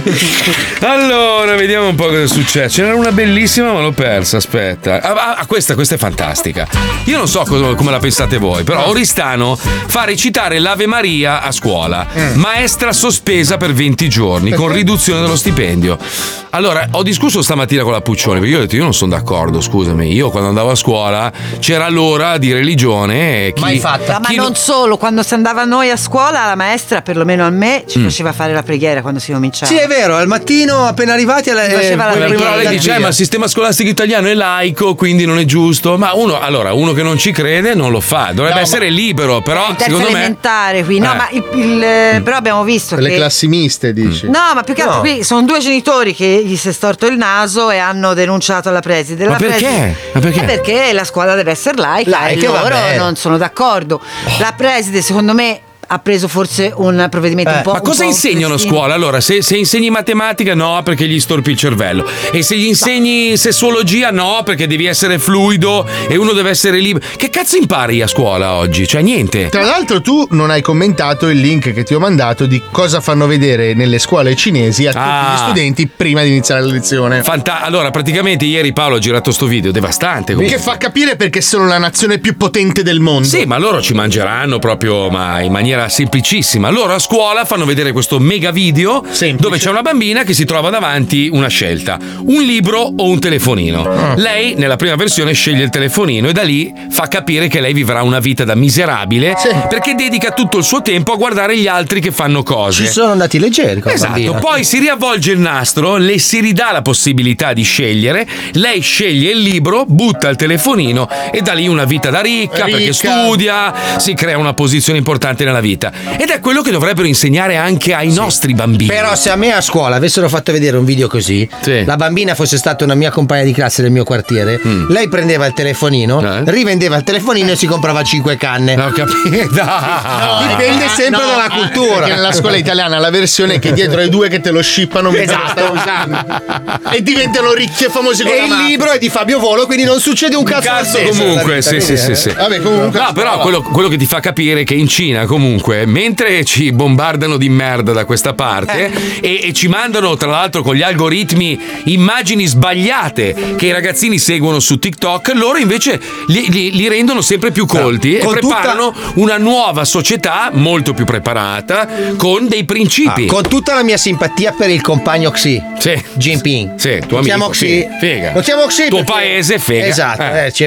sì. Allora, vediamo un po' cosa succede. Ce n'era una bellissima, ma l'ho persa. Aspetta. Questa è fantastica. Io non so come la pensate voi, però Oristano fa recitare l'Ave Maria a scuola. Maestra sospesa per 20 giorni con riduzione dello stipendio. Allora, ho discusso stamattina con la Puccioni perché io ho detto io non sono d'accordo, scusami. Io quando andavo a scuola c'era l'ora di religione e mai fatta. Ma non solo, quando si andava noi a scuola la maestra, perlomeno a me, ci faceva fare la preghiera quando si cominciava. Sì, è vero, al mattino appena arrivati faceva la preghiera. Però lei dice ma il sistema scolastico italiano è laico, quindi non è giusto. Ma uno che non ci crede non lo fa, dovrebbe essere libero, però secondo me elementare qui. No, ma però abbiamo visto le che classi miste, dici? No, ma più che altro qui sono 2 genitori che gli si è storto il naso e hanno denunciato alla preside. Ma perché? Perché la scuola deve essere laica e loro non sono d'accordo. La preside, secondo me, ha preso forse un provvedimento un po'. Ma cosa insegnano a scuola? Allora, se insegni matematica, no, perché gli storpi il cervello. E se gli insegni sessuologia, no, perché devi essere fluido e uno deve essere libero. Che cazzo impari a scuola oggi? Cioè, niente. Tra l'altro, tu non hai commentato il link che ti ho mandato di cosa fanno vedere nelle scuole cinesi a tutti gli studenti prima di iniziare la lezione. Allora, praticamente ieri Paolo ha girato sto video devastante. Che fa capire perché sono la nazione più potente del mondo. Sì, ma loro ci mangeranno proprio, ma in maniera semplicissima. Loro a scuola fanno vedere questo mega video dove c'è una bambina che si trova davanti una scelta: un libro o un telefonino. Lei nella prima versione sceglie il telefonino e da lì fa capire che lei vivrà una vita da miserabile perché dedica tutto il suo tempo a guardare gli altri che fanno cose. Ci sono andati leggeri con la esatto, bambina. poi si riavvolge il nastro, le si ridà la possibilità di scegliere, lei sceglie il libro, butta il telefonino e da lì una vita da ricca perché studia, si crea una posizione importante nella vita. vita. Ed è quello che dovrebbero insegnare anche ai nostri bambini. Però se a me a scuola avessero fatto vedere un video così, la bambina fosse stata una mia compagna di classe del mio quartiere, lei prendeva il telefonino, rivendeva il telefonino e si comprava 5 canne. Ho capito. Dipende sempre dalla cultura. Perché nella scuola italiana la versione è che dietro ai due che te lo shippano mentre lo stai usando. E diventano ricchi e famosi con e la il mafia. libro è di Fabio Volo, quindi non succede un cazzo comunque, sì. Vabbè, comunque. No, però quello che ti fa capire che in Cina, comunque, mentre ci bombardano di merda da questa parte e ci mandano, tra l'altro, con gli algoritmi immagini sbagliate che i ragazzini seguono su TikTok, loro invece li rendono sempre più colti e preparano una nuova società molto più preparata con dei principi. Con tutta la mia simpatia per il compagno Xi Jinping. Sì, tuo lo chiamo amico, Xi. Figa. Lo chiamo Xi tuo perché... paese, figa. Esatto,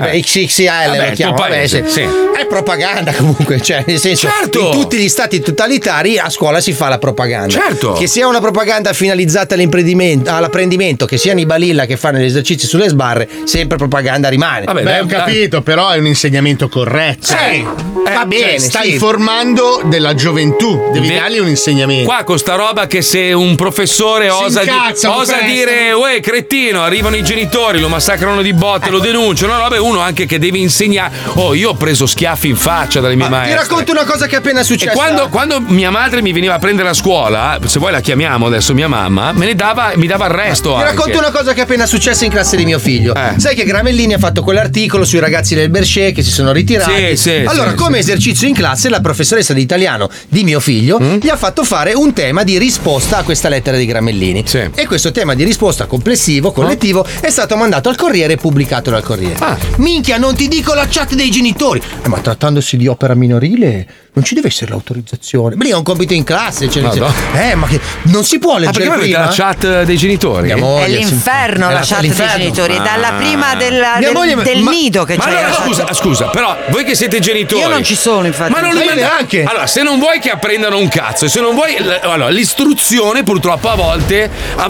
XXL lo chiamo. tuo paese, sì. È propaganda comunque, cioè nel senso, in tutti gli stati totalitari a scuola si fa la propaganda. Certo. Che sia una propaganda finalizzata all'apprendimento, che siano i balilla che fanno gli esercizi sulle sbarre, sempre propaganda rimane. Vabbè, ho capito, però è un insegnamento corretto. Va bene, stai formando della gioventù, devi dargli un insegnamento. Qua con sta roba che se un professore osa dire uè cretino, arrivano i genitori, lo massacrano di botte, lo denunciano, vabbè, uno anche che deve insegnare. Io ho preso schiaffi in faccia dalle mie maestre. Ti racconto una cosa che è appena successa. E quando mia madre mi veniva a prendere a scuola, se vuoi la chiamiamo adesso mia mamma, mi dava arresto. Ti racconto una cosa che è appena successa in classe di mio figlio. Sai che Gramellini ha fatto quell'articolo sui ragazzi del Berchet che si sono ritirati. Allora, come esercizio in classe, la professoressa di italiano di mio figlio gli ha fatto fare un tema di risposta a questa lettera di Gramellini. E questo tema di risposta complessivo, collettivo, è stato mandato al Corriere e pubblicato dal Corriere. Minchia, non ti dico la chat dei genitori. Ma trattandosi di opera minorile non ci deve essere l'autorizzazione. Beh, è un compito in classe, ma che non si può leggere perché prima? la chat dei genitori? È l'inferno la chat dei genitori, è dalla prima del nido che c'è. Ma allora, scusa, però voi che siete genitori. Io non ci sono, infatti. Ma non li neanche. Allora, se non vuoi che apprendano un cazzo, e se non vuoi. Allora, l'istruzione purtroppo a volte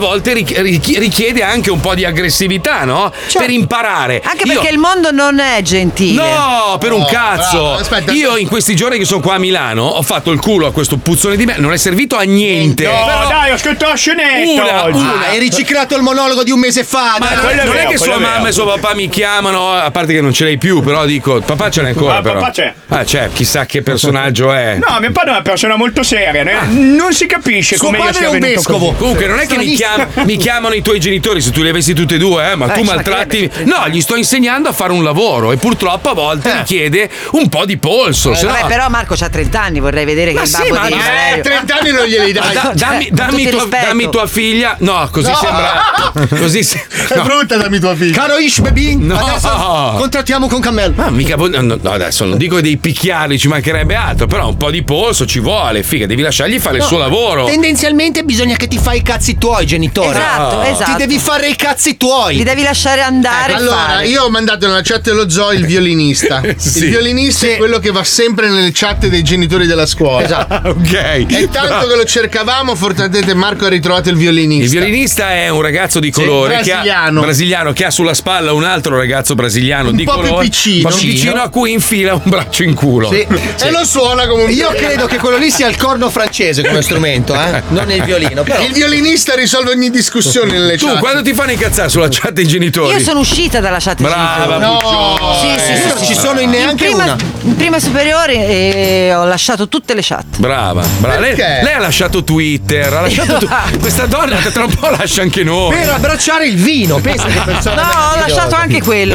richiede anche un po' di aggressività, no? Per imparare. Anche perché il mondo non è gentile. No, per un cazzo. Aspetta. Io in questi giorni che sono qua a Milano ho fatto il culo a questo puzzone di me, non è servito a niente. No, però dai, ho scritto la scenetta. Hai riciclato il monologo di un mese fa. Ma non è che sua mamma e suo papà mi chiamano, a parte che non ce l'hai più, però dico, papà ce l'hai ancora. Però. Papà c'è. C'è, chissà che personaggio è. No, mio padre è una persona molto seria, non si capisce come io sia venuto così. Comunque non è che mi chiamano i tuoi genitori se tu li avessi tutti e due, ma tu maltratti. No, gli sto insegnando a fare un lavoro e purtroppo a volte richiede un po' di polso. Vabbè, però Marco c'ha 30 anni, vorrei vedere che il babbo di Valerio. 30 anni non glieli dai. Dammi tua figlia. No, così sembra. Così è brutta, dammi tua figlia. Caro Ish Baby, adesso contrattiamo con Camel. Ma mica no, adesso non dico dei picchiarli, ci mancherebbe altro, però un po' di polso ci vuole, figa, devi lasciargli fare il suo lavoro. Tendenzialmente bisogna che ti fai i cazzi tuoi, genitori. Esatto. Ti devi fare i cazzi tuoi. Li devi lasciare andare. Allora, io ho mandato nella chat dello zoo il violinista. Il violinista è quello che va sempre nelle chat dei genitori della scuola. Esatto. Ok. E tanto che lo cercavamo, fortunatamente Marco ha ritrovato il violinista. Il violinista è un ragazzo di colore brasiliano che ha sulla spalla un altro ragazzo brasiliano di colore più piccino a cui infila un braccio in culo. E lo suona come un Io credo che quello lì sia il corno francese come strumento, non il violino. Però. Il violinista risolve ogni discussione nelle chat. Tu quando ti fanno incazzare sulla chat dei genitori? Io sono uscita dalla chat dei Brava, genitori. Non ci sono neanche una. In prima superiore ho lasciato tutte le chat. Brava. Lei ha lasciato Twitter, ha lasciato questa donna tra un po' lascia anche noi. Per abbracciare il vino, pensa che persona. No, ho lasciato anche quello.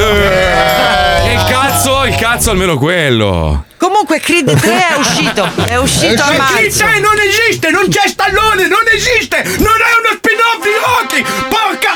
E il cazzo almeno quello. Comunque Creed 3 è uscito a marzo. Creed 3 non esiste, non c'è Stallone, non esiste, non è uno spin-off di Rocky. Porca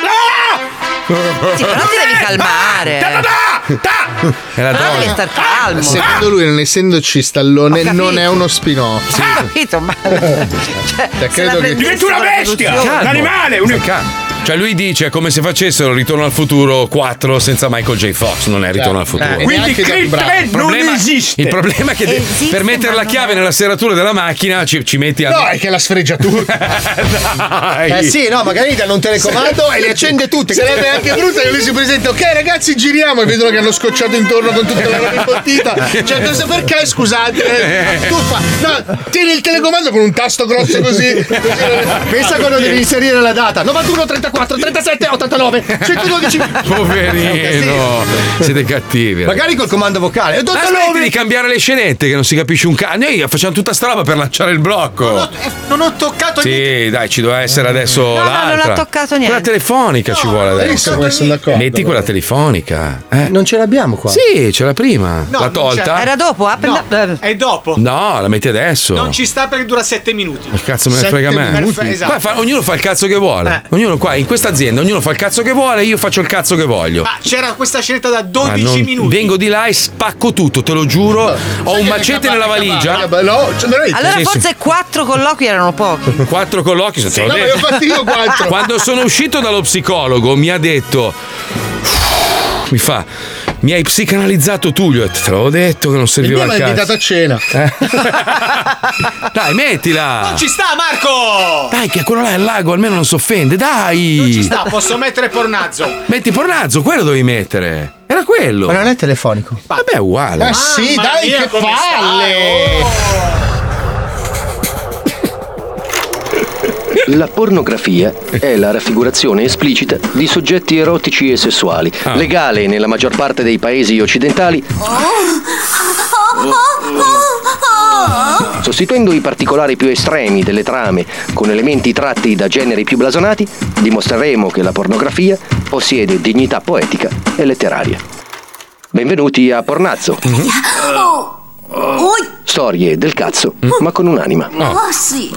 Sì, però ti devi calmare. È la però devi star calmo. Secondo lui, non essendoci Stallone, non è uno spin-off. Ho capito, ma credo che diventa una bestia, un animale, Cioè lui dice è come se facessero Ritorno al futuro 4 senza Michael J. Fox, non è Ritorno al futuro. Quindi Creed 3 non esiste. Il problema è che per mettere la chiave nella serratura della macchina ci metti No, è che la sfregiatura. Sì, no, magari danno un telecomando e le accende tutte. Sarebbe anche brutta che lui si presenta, ok ragazzi giriamo, e vedono che hanno scocciato intorno con tutta la roba imbottita. Cioè, non so perché, scusate. Tu no, tieni il telecomando con un tasto grosso così. Pensa quando devi inserire la data. 91, 34, 37, 89, 112. Poverino. Siete cattivi. Magari col comando vocale. Smetti di cambiare le scenette che non si capisce un cazzo. Noi facciamo tutta sta roba per lanciare il blocco. Non ho toccato niente. Sì, dai, ci doveva essere adesso l'altra. non ha toccato niente. Quella telefonica ci vuole adesso. Metti quella telefonica. Non ce l'abbiamo qua. Sì, c'è la prima. L'ha tolta? Era dopo, è dopo. No, la metti adesso. Non ci sta perché dura 7 minuti. Che cazzo me ne frega a me? Esatto. Ognuno fa il cazzo che vuole. Ognuno qua, in questa azienda, ognuno fa il cazzo che vuole, io faccio il cazzo che voglio. Ma c'era questa scelta da 12 minuti. Vengo di là e spacco tutto, te lo giuro. Ho un macete nella valigia. Allora forse 4 colloqui erano pochi. 4 colloqui, no, ma io ho fatto io 4. Quando sono uscito dallo psicologo mi ha detto, mi hai psicanalizzato tu, te l'avevo detto che non serviva a cazzo. Mi hai invitato a cena. Dai, mettila. Non ci sta, Marco. Dai, che quello là è al lago, almeno non si offende, dai. Non ci sta, posso mettere Pornazzo. Metti Pornazzo, quello dovevi mettere. Era quello. Ma non è telefonico. Vabbè, è uguale. Sì, dai, che palle. La pornografia è la raffigurazione esplicita di soggetti erotici e sessuali, legale nella maggior parte dei paesi occidentali. Sostituendo i particolari più estremi delle trame con elementi tratti da generi più blasonati, dimostreremo che la pornografia possiede dignità poetica e letteraria. Benvenuti a Pornazzo. Storie del cazzo, ma con un'anima. Sì.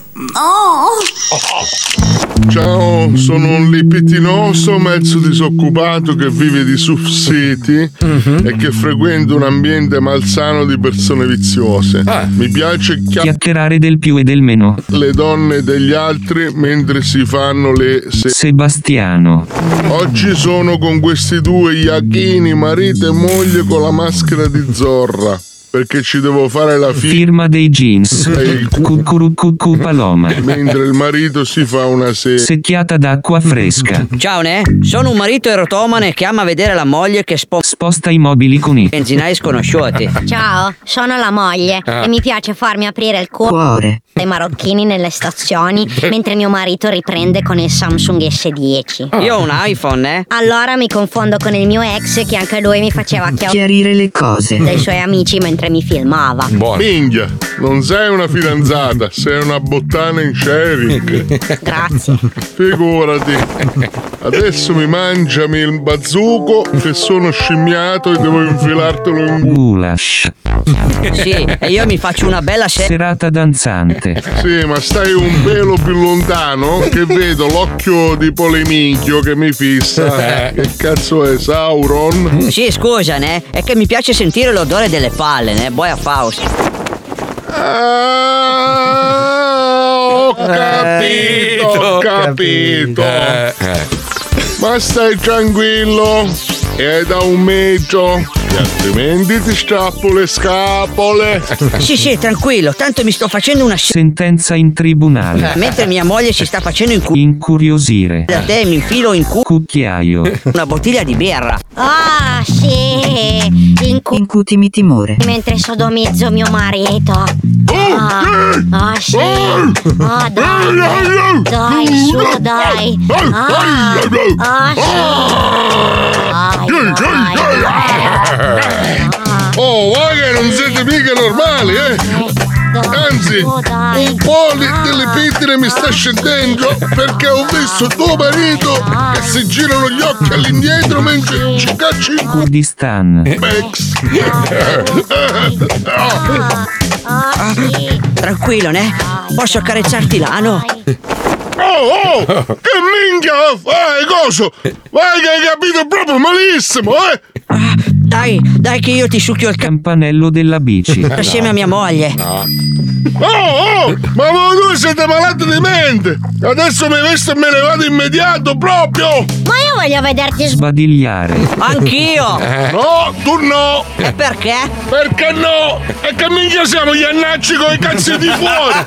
Ciao, sono un libidinoso mezzo disoccupato che vive di sussidi e che frequenta un ambiente malsano di persone viziose. Mi piace chiacchierare del più e del meno. Le donne degli altri mentre si fanno le Sebastiano. Oggi sono con questi due iachini, marito e moglie, con la maschera di Zorra. Perché ci devo fare la firma dei jeans. Cucurucucu paloma. Mentre il marito si fa una secchiata d'acqua fresca. Ciao sono un marito erotomane che ama vedere la moglie che sposta i mobili con i benzinai sconosciuti. Ciao, sono la moglie e mi piace farmi aprire il cuore ai marocchini nelle stazioni mentre mio marito riprende con il Samsung S10. Io ho un iPhone, Allora mi confondo con il mio ex che anche lui mi faceva chiarire le cose dai suoi amici mentre mi filmava. Minchia, non sei una fidanzata, sei una bottana in sharing. Grazie. Figurati. Adesso mi mangiami il bazooko che sono scimmiato e devo infilartelo in goulash. Sì, e io mi faccio una bella serata danzante. Sì, ma stai un pelo più lontano che vedo l'occhio di Poleminchio che mi fissa. Che cazzo è, Sauron? Sì, scusa, è che mi piace sentire l'odore delle palle, Boia Faust. Ho capito. Ma stai tranquillo, è da un metro, e altrimenti ti strappo le scapole. Sì, tranquillo, tanto mi sto facendo una sentenza in tribunale. Mentre mia moglie si sta facendo incuriosire. Da te mi infilo in cucchiaio una bottiglia di birra. Ah, sì. Incutimi timore. Mentre sodomizzo mio marito. Sì. Dai, su, dai. Oh, voi che non siete mica normali, Anzi, un po' delle pettine mi sta scendendo perché ho visto tuo marito che si girano gli occhi all'indietro mentre ci cacci in Kurdistan. Tranquillo, posso accarezzarti l'ano? Oh, che minchia fai, coso? Vai che hai capito proprio malissimo, Dai che io ti succhio il campanello della bici. Assieme a mia moglie. Oh, ma voi siete malati di mente! Adesso mi vesto e me ne vado immediato proprio! Ma io voglio vederti sbadigliare. Anch'io! No, tu no! E perché? Perché no? E che minchia siamo gli annacci con i cazzetti fuori!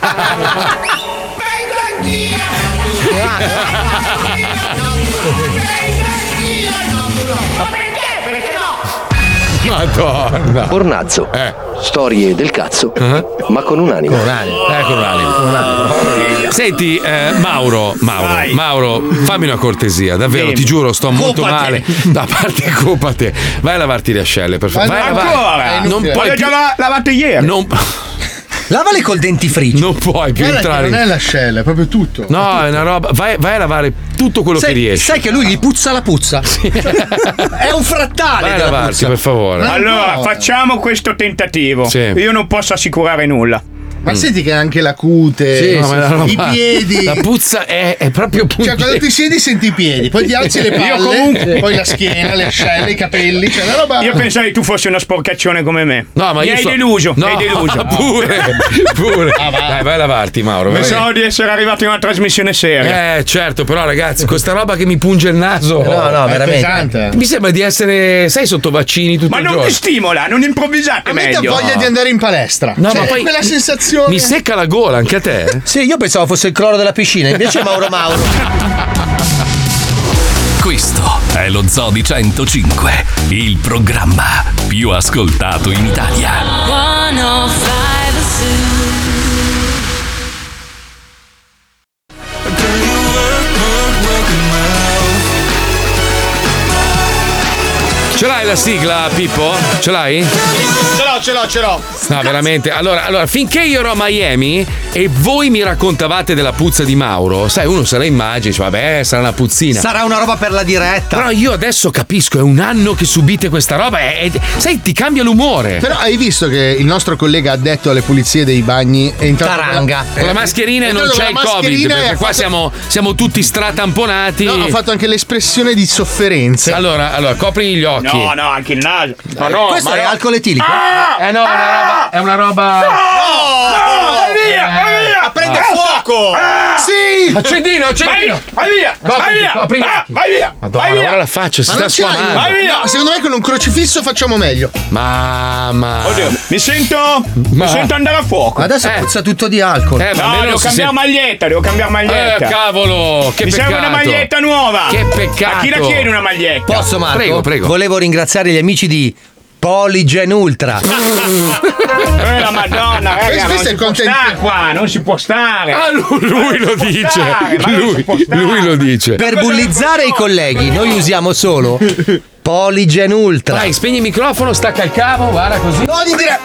Madonna. Pornazzo. Storie del cazzo, ma con un'anima. Con un'anima. Senti, Mauro, fammi una cortesia, davvero, ti giuro, sto molto male. Da parte copate. Vai a lavarti le ascelle, per favore. Vai a ancora? Non puoi già lavato ieri. Lavali col dentifricio. Non puoi più entrare. Non è l'ascella, è proprio tutto. No, è una roba. Vai a lavare tutto quello che riesci. Sai che lui gli puzza la puzza? È un frattale. Vai a lavarti, puzza. per favore. Allora, facciamo questo tentativo. Sì. Io non posso assicurare nulla. Ma senti che anche la cute, i piedi. La puzza è proprio Cioè, quando ti siedi senti i piedi, poi ti alzi le palle, Io comunque- poi la schiena, le ascelle, i capelli, cioè una roba. Io pensavo che tu fossi una sporcaccione come me. No, ma mi io hai so- deluso. No, mi hai deluso. pure. Dai, vai a lavarti, Mauro. vai. Pensavo di essere arrivato in una trasmissione seria. Certo, però ragazzi, questa roba che mi punge il naso. No, È veramente. pesante. Mi sembra di essere, sai, sotto vaccini tutto Ma il non giorno. ti stimola, non improvvisate A me dà meglio. voglia di andare in palestra. No, Cioè, ma poi quella sensazione. mi secca la gola anche a te. Sì, io pensavo fosse il cloro della piscina, invece è Mauro. Questo è lo Zoo di 105, il programma più ascoltato in Italia. 105 Ce l'hai la sigla, Pippo? Ce l'hai? Ce l'ho. No, veramente. Allora, finché io ero a Miami e voi mi raccontavate della puzza di Mauro, sai, uno se la immagina, dice, vabbè, sarà una puzzina. Sarà una roba per la diretta. Però io adesso capisco, è un anno che subite questa roba e sai, ti cambia l'umore. Però hai visto che il nostro collega addetto alle pulizie dei bagni è entrato Taranga. Con la mascherina e non c'è il Covid, perché qua siamo tutti stratamponati. No, ho fatto anche l'espressione di sofferenza. Allora, copri gli occhi. No, anche il naso. Ma no, Questo ma è no. alcol etilico. No, è una roba. Vai via! Prende fuoco! Sì! Accendino! Vai via! Vai via! Madonna, guarda la faccia, si sta squamando. Vai via! No, secondo me con un crocifisso facciamo meglio. Mamma. Oddio, mi sento andare a fuoco. Adesso puzza tutto di alcol. Ma No, almeno devo si cambiare maglietta, cavolo, che Mi peccato. serve una maglietta nuova. Che peccato. A chi la chiede una maglietta? Posso, Marco? Prego. Volevo ringraziare gli amici di Polygen Ultra. La Madonna, raga, non Questo è si può stare qua, non si può stare. Ah, lui lo dice. Lui lo dice. Per bullizzare i colleghi, noi usiamo solo Polygen Ultra. Dai, spegni il microfono, stacca il cavo, guarda così. No, di dire.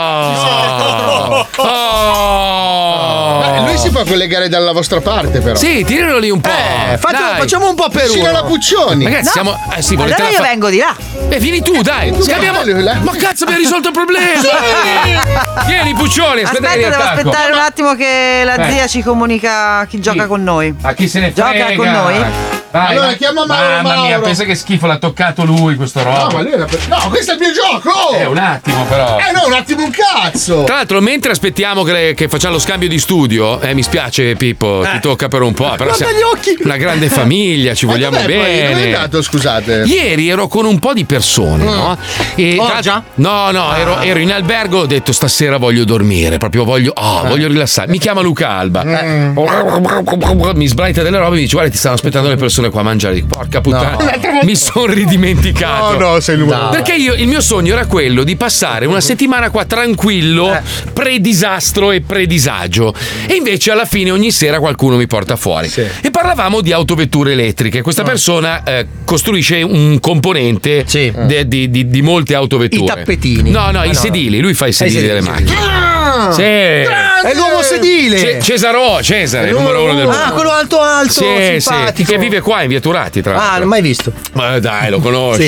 Lui si può collegare dalla vostra parte, però. Sì, tiralo lì un po'. Facciamo un po' per Vicino uno. alla Puccioni. Ragazzi, siamo. Sì, volete Allora io vengo di là. vieni tu, dai. Ma cazzo, abbiamo risolto il problema. Vieni, Puccioni, aspetta che Aspetta, devo riattacco. aspettare un attimo che la zia ci comunica chi gioca con noi. A chi se ne frega? Gioca con noi? Dai, Allora, chiama Mauro. Mamma mia, pensa che schifo, l'ha toccato lui questo roba. No, ma lui era no, questo è il mio gioco! Un attimo, però. No, un attimo un cazzo! Tra l'altro, mentre aspettiamo che facciamo lo scambio di studio, mi spiace, Pippo, ti tocca per un po'. Però Guarda siamo gli occhi! una grande famiglia, ci vogliamo dov'è poi? bene. Dove è andato, scusate? Ieri ero con un po' di persone, no? E già? No, ero in albergo, ho detto stasera voglio dormire, proprio voglio rilassare. Mi chiama Luca Alba. Mi sbraita delle robe e mi dice guarda ti stanno aspettando le persone qua a mangiare. Dico, porca puttana, mi sono ridimenticato. No, sei lui. Perché il mio sogno era quello di passare una settimana qua tranquillo, pre-disastro e pre-disagio. E invece alla fine ogni sera qualcuno mi porta fuori. E parlavamo di autovetture elettriche. Questa persona costruisce un componente di molte autovetture. I tappetini. No, i sedili. Lui fa i sedili delle macchine. Sì. È l'uomo sedile. Cesare, il numero uno del mondo. Quello alto, Sì, simpatico. che vive qua in via Turati, tra l'altro. Ah, non mai visto. Ma dai, lo conosci. Sì,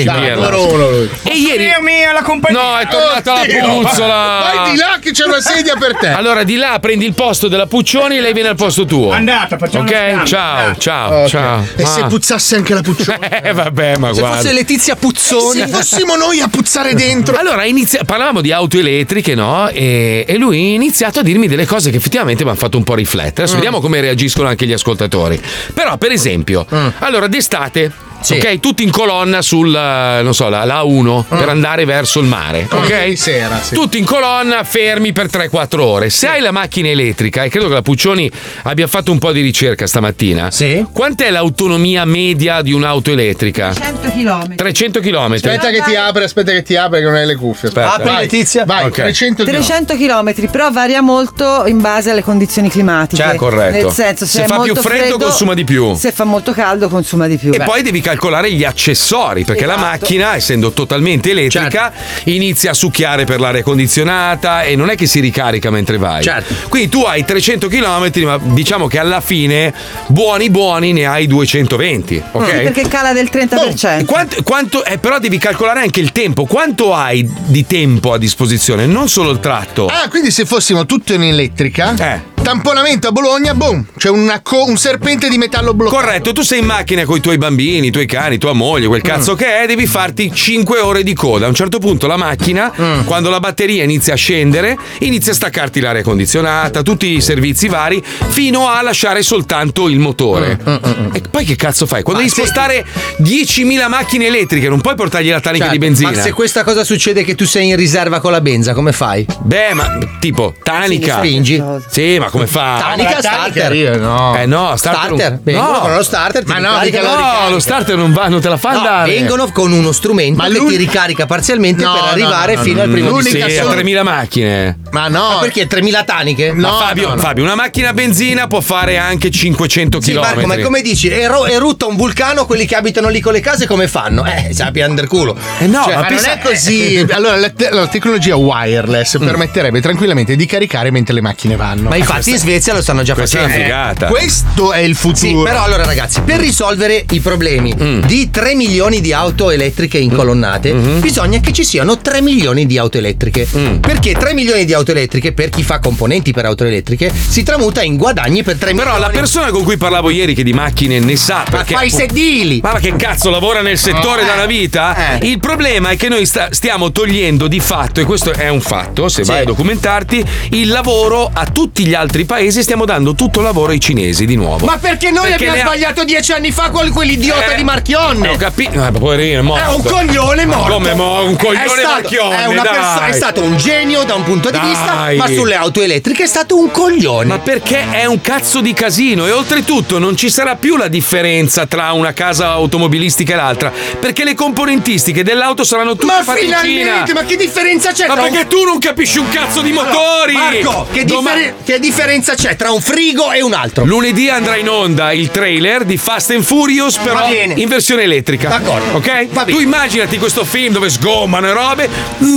E ieri. Mia, la compagnia. No, è tornata la puzzola. Vai di là che c'è una sedia per te. Allora, di là prendi il posto della Puccioni e lei viene al posto tuo. Andata, facciamo ok? una Ciao, ciao, Okay. ciao. E se puzzasse anche la Puccioni? Vabbè, ma Se guarda. fosse Letizia Puzzoni. Se fossimo noi a puzzare dentro. Allora, parlavamo di auto elettriche, no? E lui ha iniziato a dirmi delle cose che effettivamente mi hanno fatto un po' riflettere. Adesso vediamo come reagiscono anche gli ascoltatori. Però, per esempio, allora d'estate. Sì. Ok, tutti in colonna sul, non so, la A1 per andare verso il mare. Ok? Sera, sì. Tutti in colonna, fermi per 3-4 ore. Se hai la macchina elettrica, e credo che la Puccioni abbia fatto un po' di ricerca stamattina, quant'è l'autonomia media di un'auto elettrica? 100 km. 300 km. Aspetta che ti apre che non hai le cuffie. Aspetta. Apri, Vai. Letizia. Vai, Ok. 300 km, però varia molto in base alle condizioni climatiche. Cioè, corretto. Nel senso, Se è fa più molto freddo, consuma di più. Se fa molto caldo, consuma di più. E poi devi calcolare gli accessori, perché la macchina, essendo totalmente elettrica, inizia a succhiare per l'aria condizionata e non è che si ricarica mentre vai. Quindi tu hai 300 km, ma diciamo che alla fine buoni ne hai 220, ok? Perché cala del 30%. Quanto però devi calcolare anche il tempo. Quanto hai di tempo a disposizione, non solo il tratto. Ah, quindi se fossimo tutto in elettrica, tamponamento a Bologna, boom, c'è un serpente di metallo bloccato. Corretto, tu sei in macchina con i tuoi bambini, i tuoi cani, tua moglie, quel cazzo che è, devi farti 5 ore di coda. A un certo punto la macchina, quando la batteria inizia a scendere, inizia a staccarti l'aria condizionata, tutti i servizi vari, fino a lasciare soltanto il motore. E poi che cazzo fai? Quando devi spostare 10.000 macchine elettriche, non puoi portargli la tanica di benzina. Ma se questa cosa succede che tu sei in riserva con la benza, come fai? Beh, ma tipo, tanica. Spingi. Sì, ma come fa? Tanica, starter. No, starter. Vengono con lo starter. Ma no, lo starter non te la fa andare. Vengono con uno strumento che ti ricarica parzialmente per arrivare fino al primo Sì, a 3.000 macchine. Ma no. Ma perché 3.000 taniche? Ma Fabio, una macchina a benzina può fare anche 500 Sì, km. Marco, ma come dici, erutta un vulcano, quelli che abitano lì con le case come fanno? Sappi underculo. No, Cioè, ma non è così. Allora, la tecnologia wireless permetterebbe tranquillamente di caricare mentre le macchine vanno. Ma infatti in Svezia lo stanno già Questa è facendo. una figata. Questo è il futuro. Sì, però allora ragazzi, per risolvere i problemi di 3 milioni di auto elettriche incolonnate, bisogna che ci siano 3 milioni di auto elettriche. Perché 3 milioni di auto elettriche, per chi fa componenti per auto elettriche, si tramuta in guadagni per 3 milioni. Però la persona con cui parlavo ieri che di macchine ne sa, perché fa i sedili. Ma che cazzo lavora nel settore da una vita? Il problema è che noi stiamo togliendo di fatto, e questo è un fatto, se vai a documentarti, il lavoro a tutti gli altri paesi, stiamo dando tutto il lavoro ai cinesi di nuovo. Ma perché noi abbiamo sbagliato 10 anni fa con quell'idiota di Marchionne? Ho capito, poverino, è morto. È un coglione morto. Come un coglione Marchionne? È stato un genio da un punto di vista, ma sulle auto elettriche è stato un coglione. Ma perché è un cazzo di casino, e oltretutto non ci sarà più la differenza tra una casa automobilistica e l'altra, perché le componentistiche dell'auto saranno tutte fatte in Cina. Finalmente, ma che differenza c'è? Ma perché tu non capisci un cazzo di motori? Marco, che differenza c'è tra un frigo e un altro? Lunedì andrà in onda il trailer di Fast and Furious, però in versione elettrica. D'accordo. Ok? Tu immaginati questo film dove sgommano e robe.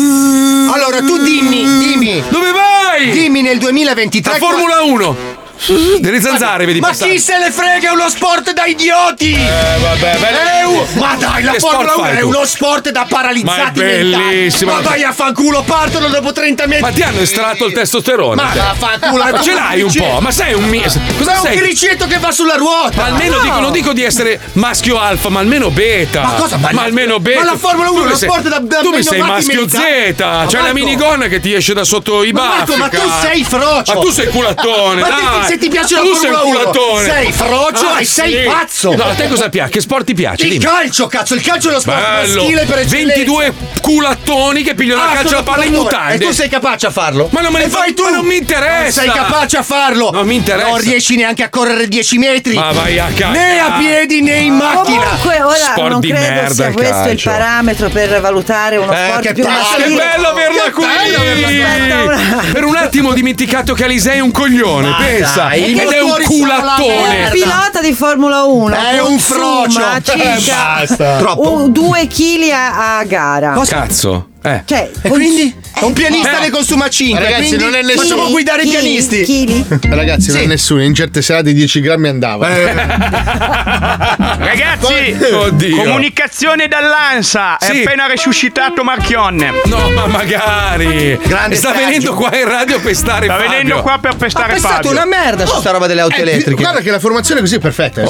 Allora tu dimmi. Dove vai? Dimmi nel 2023. La Formula 1. Delle zanzare, vedi Ma passare. chi se ne frega, è uno sport da idioti! Vabbè, ma dai, la che Formula sport 1 fai è tu? uno sport da paralizzati Ma è mentali. bellissimo. Ma vai a fanculo, partono dopo 30 metri. Ma ti hanno estratto il testosterone? Ma vaffanculo, Ma ce l'hai un po'? Ma sei un cosa sei? un cricetto che va sulla ruota. Ma almeno non dico di essere maschio alfa, ma almeno beta. Ma cosa? Ma almeno beta. Ma la Formula 1 è uno sport da tu mi sei maschio Z. C'hai la minigonna che ti esce da sotto i baffi. Ma tu sei frocio. Ma tu sei culattone. Ma dai. se ti piace la tu Formula sei un culatone. Sei frocio e sei pazzo. No, a te cosa piace? Che sport ti piace? Il calcio, cazzo. Il calcio è lo sport maschile per eccellenza. 22 culattoni che pigliano la calcio alla palla in mutande. E tu sei capace a farlo? Ma non me ne fai tu. Ma non mi interessa. Non sei capace a farlo. Non mi interessa. Non riesci neanche a correre 10 metri. Ma vai a cazzo. Né a piedi né in macchina. Comunque ora Sport non di credo merda sia il questo il calcio. parametro per valutare uno sport più maschile. Che bello averla qui. Per un attimo ho dimenticato che Alisei è un coglione. Pensa. Ed è un culattone. Pilota di Formula 1 è un frocio. Circa Troppo. 2 kg a gara. Cazzo. Cioè, e quindi? Un pianista ne consuma 5. Ragazzi, non è nessuno. Facciamo guidare i pianisti. Chili? Ragazzi, non è nessuno. In certe serate 10 grammi andava. Ragazzi, comunicazione dall'ANSA. È appena resuscitato Marchionne. No, ma magari. Grande sta Sergio. venendo qua in radio a pestare Sta Fabio. venendo qua per pestare È stata Fabio. una merda su sta roba delle auto elettriche. Guarda che la formazione così è perfetta.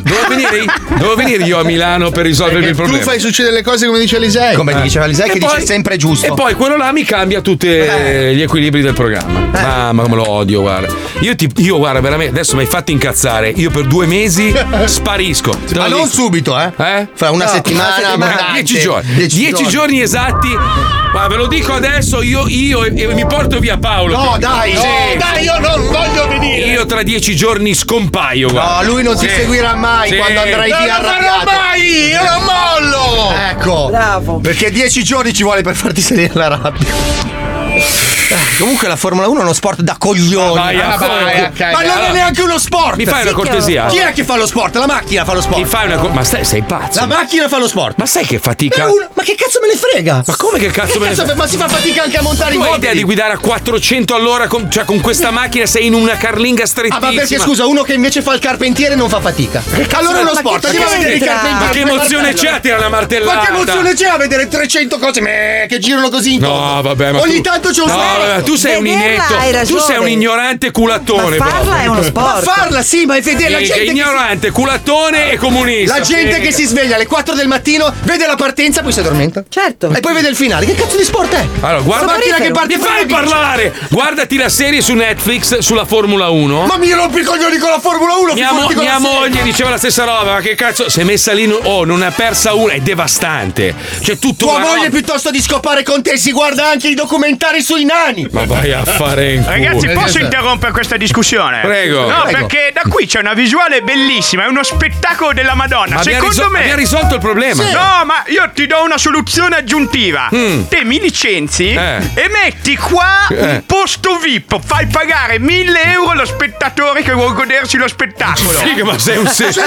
Devo venire io a Milano per risolvermi il problema. Tu fai succedere le cose come dice Elisei. Come diceva Elisei, che E poi- dice sempre giusto. E poi quello là mi cambia tutti gli equilibri del programma. Ma come lo odio, guarda. Io guarda, veramente, adesso mi hai fatto incazzare. Io per 2 mesi sparisco. Te Ma lo non dico. subito, Fra una settimana. 10 giorni. 10 giorni esatti. Ma ve lo dico adesso, io mi porto via Paolo. No, dai. Sì. No, dai, io non voglio venire. Io tra 10 giorni scompaio, guarda. No, lui non ti seguirà mai Sì. quando andrai Non via lo farò arrabbiato. mai, io non mollo. Ecco. Bravo. Perché 10 giorni ci vuole per farti salire la rabbia. Comunque la Formula 1 è uno sport da coglioni. Vai a fare. Ma non è neanche uno sport. Mi fai una cortesia? Chi è che fa lo sport? La macchina fa lo sport. Mi fai una ma sei pazzo? La macchina fa lo sport. Ma sai che fatica? Ma che cazzo me ne frega? Ma come che cazzo me ne frega? Ma si fa fatica anche a montare i Tu hai mobili. idea di guidare a 400 all'ora con questa macchina? Sei in una carlinga strettissima. Ah, ma perché scusa, uno che invece fa il carpentiere non fa fatica. Allora è uno sport. Andiamo a vedere i carpentieri. Ma che emozione c'è a tirare la martellata? Ma che emozione c'è a vedere 300 cose che girano così in No, vabbè, ma ogni tanto c'è un vabbè, tu sei un Vederla, inetto. hai ragione. Tu sei un ignorante culattone. Ma farla proprio. è uno sport. Ma farla sì, ma è vedere la Che gente che ignorante, culattone e comunista. La gente che si sveglia alle 4 del mattino, vede la partenza, poi si addormenta. Certo. E poi vede il finale. Che cazzo di sport è? Allora, guarda, la macchina che parte mi fai parlare! Guardati la serie su Netflix sulla Formula 1. Ma mi rompi i coglioni con la Formula 1. Mia moglie diceva la stessa roba, ma che cazzo, si è messa lì, non ha persa una, è devastante. C'è tutto Tua moglie piuttosto di scopare con te si guarda anche i documentari sui nani. Ma vai a fare in culo. Ragazzi, posso interrompere questa discussione? Prego. No, Prego. perché da qui c'è una visuale bellissima, è uno spettacolo della Madonna. Ma Secondo me abbiamo risolto il problema. Sì. No, ma io ti do una soluzione aggiuntiva. Te mi licenzi e metti qua un posto VIP. Fai pagare 1.000 euro allo spettatore che vuole godersi lo spettacolo. Figa, ma sei un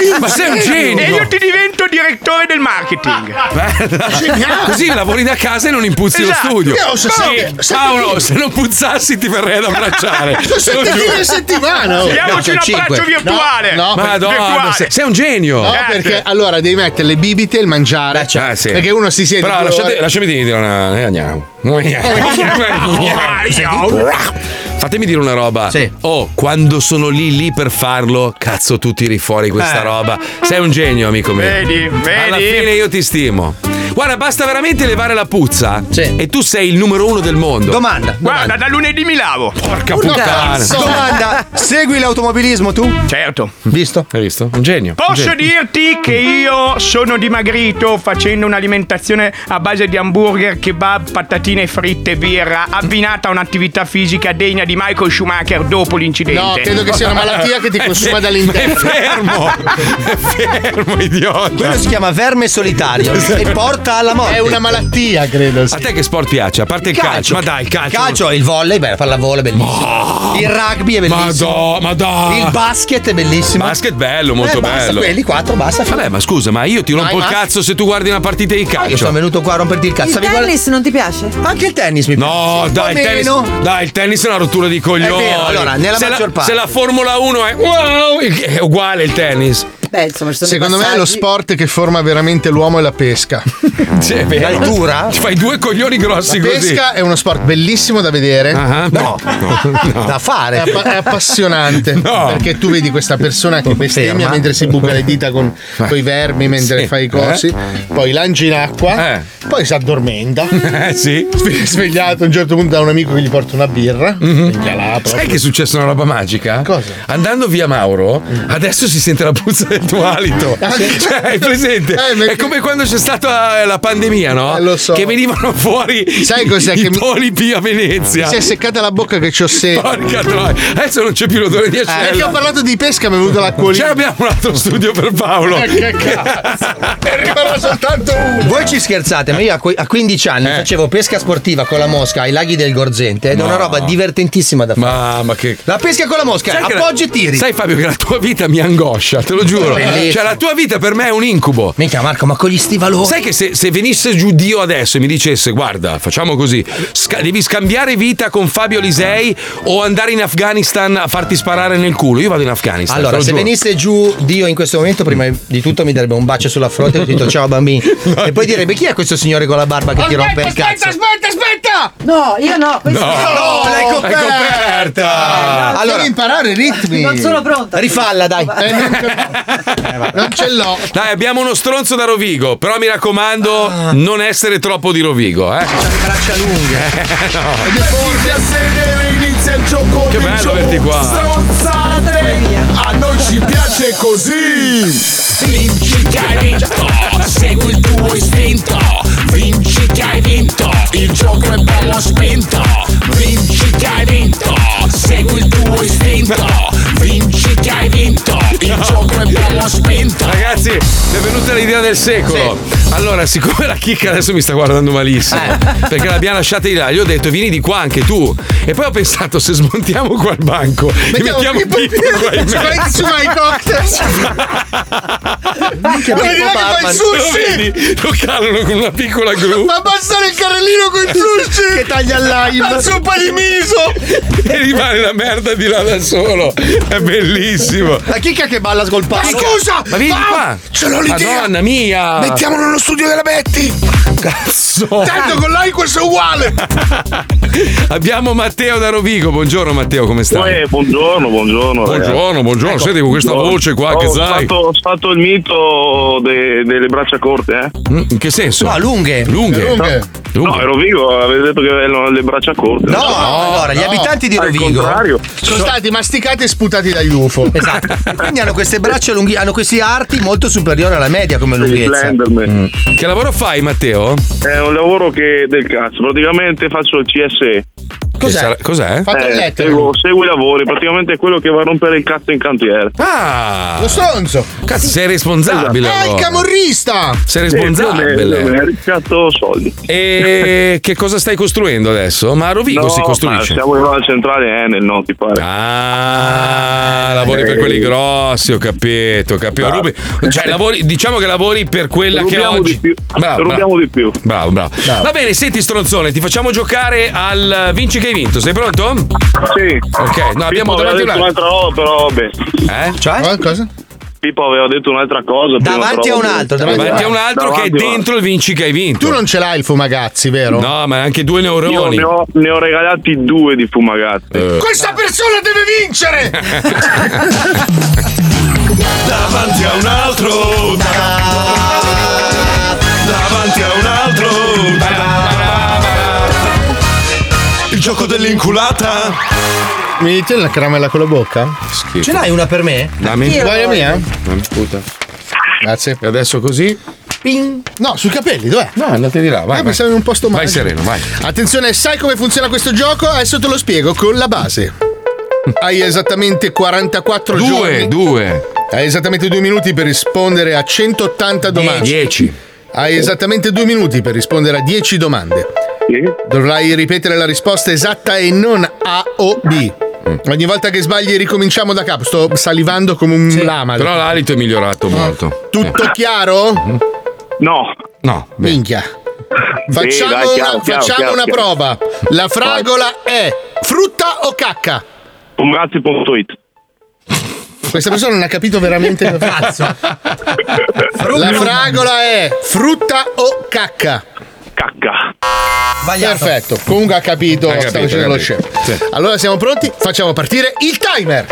genio. E io ti divento direttore del marketing. Così lavori da casa e non impuzzi lo studio. Paolo, se non puzzassi ti verrei ad abbracciare. Settimane a settimana. Diamoci un abbraccio virtuale. No, Madonna, sei un genio. No, perché allora devi mettere le bibite e il mangiare. Sì. Perché uno si siede. Però lasciami dire una. Andiamo. Fatemi dire una roba. Oh, quando sono lì per farlo, cazzo, tu tiri fuori questa roba. Sei un genio, amico mio. Vedi? Alla fine io ti stimo. Guarda, basta veramente levare la puzza. E tu sei il numero 1 del mondo. Domanda. Guarda, da lunedì mi lavo. Porca puttana. Domanda. Segui l'automobilismo tu? Certo. Visto? Hai visto? Un genio. Posso dirti che io sono dimagrito facendo un'alimentazione a base di hamburger, kebab, patatine fritte, birra, abbinata a un'attività fisica degna di Michael Schumacher dopo l'incidente. No, credo che sia una malattia che ti consuma dall'interno. È fermo, idiota. Quello si chiama verme solitario e porta alla morte. È una malattia, credo. A te che sport piace? A parte il calcio. Ma dai, il calcio. Calcio, il volley, pallavolo è bellissimo. Il rugby è bellissimo. Ma dai. Il basket è bellissimo. Basket bello, molto basta, bello. Quelli 4, basta. Vabbè, ma scusa, ma io ti rompo il cazzo se tu guardi una partita di calcio. Io sono venuto qua a romperti il cazzo. Il tennis non ti piace? Anche il tennis mi piace. No, dai, il tennis è una rottura di coglioni. È vero, allora, nella maggior parte. Se la Formula 1 è wow, è uguale il tennis. Beh, insomma, ci sono Secondo dei me lo sport che forma veramente l'uomo è la pesca. Sì, è vero. L'altura? Ci fai 2 coglioni grossi La così. pesca è uno sport bellissimo da vedere. No. Da fare. È appassionante. No. Perché tu vedi questa persona che bestemmia mentre si buca le dita con i vermi mentre fa i cosi. Poi lancia in acqua. Poi si addormenta. Sì. Svegliato a un certo punto da un amico che gli porta una birra. Sai che è successa una roba magica? Cosa? Andando via Mauro, adesso si sente la puzza del tuo alito. Cioè, hai presente? È come quando c'è stata la pandemia, no? Lo so. Che venivano fuori. Sai cos'è i che polipi a Venezia. Mi si è seccata la bocca che c'ho sete. Porca troia. Adesso non c'è più l'odore di ascella. Perché ho parlato di pesca mi è venuto l'acquolina. Cioè abbiamo un altro studio per Paolo. Che cazzo. Ne rimarrà soltanto uno. Voi ci scherzate, ma io a 15 anni facevo pesca sportiva con la mosca ai laghi del Gorzente ed è una roba divertentissima da fare. Ma che. La pesca con la mosca, Sai che appoggi e tiri. Sai Fabio che la tua vita mi angoscia, te lo giuro. giuro. Cioè, la tua vita per me è un incubo. Minchia, Marco, ma con gli stivaloni. Sai che se venisse giù Dio adesso e mi dicesse: guarda, facciamo così, devi scambiare vita con Fabio Lisei o andare in Afghanistan a farti sparare nel culo, io vado in Afghanistan. Allora, se venisse giù Dio in questo momento, prima di tutto mi darebbe un bacio sulla fronte e detto ciao bambini. E poi direbbe: chi è questo signore con la barba che ti rompe il cazzo? Aspetta! No, io no. No, l'hai coperta! Allora, devi imparare i ritmi. Non sono pronta. Rifalla, dai. Non ce l'ho. Dai, abbiamo uno stronzo da Rovigo, però mi raccomando, non essere troppo di Rovigo, C'ha le braccia lunghe. Mettiti a sedere, inizia il gioco. Che bello averti qua. Stronzate, a noi ci piace così. Vinci che hai vinto, segui il tuo istinto. Vinci che hai vinto, il gioco è bello spinto. Vinci che hai vinto, segui il tuo istinto. Vinci che hai vinto, il gioco è bello spinto. Ragazzi, mi è venuta l'idea del secolo. Allora, siccome la chicca adesso mi sta guardando malissimo, perché l'abbiamo lasciata di là, gli ho detto vieni di qua anche tu. E poi ho pensato, se smontiamo qua il banco e mettiamo Pippo qua in mezzo. Su ai cocktail. Che fai il sushi. Lo calano con una piccola gru. Ma passare il carrellino con i sushi che taglia il lime. La zuppa di miso. E rimane la merda di là da solo. È bellissimo. La chicca che balla col Ma palco. scusa! Ma vieni qua. Ce l'ho l'idea. Madonna mia. Mettiamolo nello studio della Betty. Cazzo. Tanto con lei questo è uguale. Abbiamo Matteo da Rovigo. Buongiorno Matteo, come stai? Buongiorno. Buongiorno. Ecco, Senti con questa voce qua che sai. Ho fatto il mito delle braccia corte, In che senso? No, lunghe. No, Rovigo avete detto che avevano le braccia corte. No, allora, gli abitanti di Rovigo Al contrario. Sono stati masticati e sputati dagli UFO. Esatto. Quindi hanno queste braccia lunghe, hanno questi arti molto superiori alla media come lunghezza. Che lavoro fai, Matteo? È un lavoro che del cazzo. Praticamente faccio il CSE. Cos'è? Segui i lavori, praticamente è quello che va a rompere il cazzo in cantiere. Ah! Lo stronzo. Cazzo, sei responsabile. Ah, il allora. camorrista. Sei responsabile. Hai rischiato soldi. E che cosa stai costruendo adesso? Ma a Rovigo si costruisce? Siamo in una centrale Enel, no? Ti pare? Ah, lavori per quelli grossi, ho capito. Cioè, diciamo che lavori per quella che oggi. Rubiamo di più. Bravo. Va bene, senti stronzone, ti facciamo giocare al Vinci che hai vinto. Sei pronto? Sì. Ok, no, abbiamo davanti un'altra roba, però vabbè. Cioè? Cosa? Pippo aveva detto un'altra cosa. Davanti a un altro. Davanti a un altro che è dentro il Vinci che hai vinto. Tu non ce l'hai il fumagazzi, vero? No, ma anche 2 neuroni. Io ne ho regalati 2 di fumagazzi. Questa persona deve vincere! Davanti a un altro. Davanti a un altro. Il gioco dell'inculata. Mi dite una caramella con la bocca? Schifo. Ce n'hai una per me? Dammi. Vuoi la mia? Puta. Grazie. E adesso così. Ping. No, sui capelli, dov'è? No, andate di là, vai. Pensavo in un posto Vai magico. sereno, vai. Attenzione, sai come funziona questo gioco? Adesso te lo spiego con la base. Hai esattamente 44 giorni. 2. Hai esattamente 2 minuti per rispondere a 180 domande. 10. Hai esattamente 2 minuti per rispondere a 10 domande. Dovrai ripetere la risposta esatta e non A o B. Ogni volta che sbagli ricominciamo da capo. Sto salivando come un lama. Però l'alito è migliorato molto. Tutto chiaro? No. Minchia. Facciamo una prova. La fragola è frutta o cacca? Fumagazzi.it. Questa persona non ha capito veramente cazzo. La fragola è frutta o cacca? Cacca. Perfetto, comunque ha capito, sta facendo lo scemo. Sì. Allora siamo pronti? Facciamo partire il timer.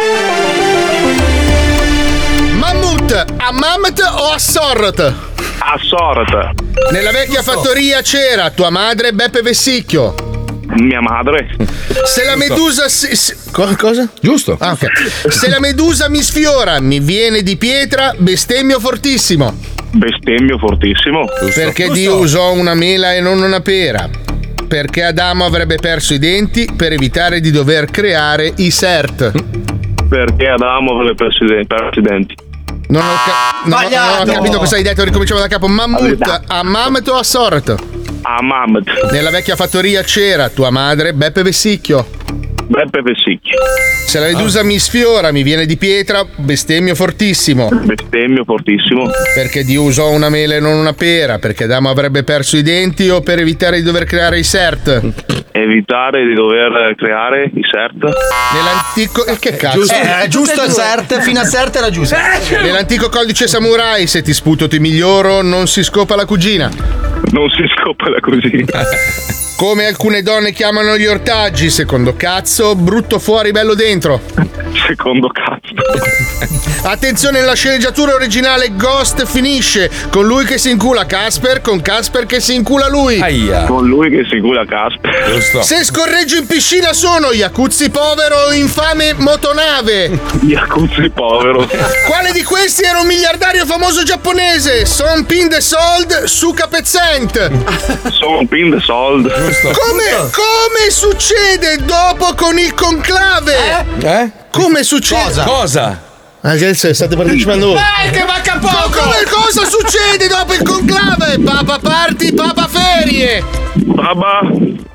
Mammut, a mammoth o a sorrot? A sorrot. Nella vecchia fattoria c'era tua madre Beppe Vessicchio. Mia madre. Se la medusa cosa? Giusto. Ah, ok. Se la medusa mi sfiora, mi viene di pietra, bestemmio fortissimo. Bestemmio fortissimo. Perché Dio usò una mela e non una pera. Perché Adamo avrebbe perso i denti per evitare di dover creare i Sert. Perché Adamo avrebbe perso i denti. Non ho capito cosa hai detto, ricominciamo da capo. Mammut, a mammoth o a sorrot? A mammoth. Nella vecchia fattoria c'era tua madre Beppe Vessicchio. Beppe Vessicchi. Se la Medusa mi sfiora, mi viene di pietra, bestemmio fortissimo. Bestemmio fortissimo. Perché Dio usò una mela e non una pera? Perché Adamo avrebbe perso i denti o per evitare di dover creare i CERT? Evitare di dover creare i CERT. Nell'antico... che cazzo? Giusto il CERT, fino a CERT era giusto. Nell'antico codice samurai, se ti sputo ti miglioro, non si scopa la cugina. Non si scopa la cugina. Come alcune donne chiamano gli ortaggi, secondo cazzo, brutto fuori, bello dentro. Secondo cazzo. Attenzione, nella sceneggiatura originale Ghost finisce con lui che si incula Casper, con Casper che si incula lui. Aia. Con lui che si incula Casper. Giusto. Se scorreggio in piscina sono Iacuzzi povero o infame motonave. Iacuzzi povero. Quale di questi era un miliardario famoso giapponese? Son Pin the Sold, Suka Pezzent. Son Pin the Sold. Come succede dopo con il conclave? Come succede? Cosa? Adesso state partecipando voi. Che manca poco! Cosa succede dopo il conclave? Papa party, papa ferie. Baba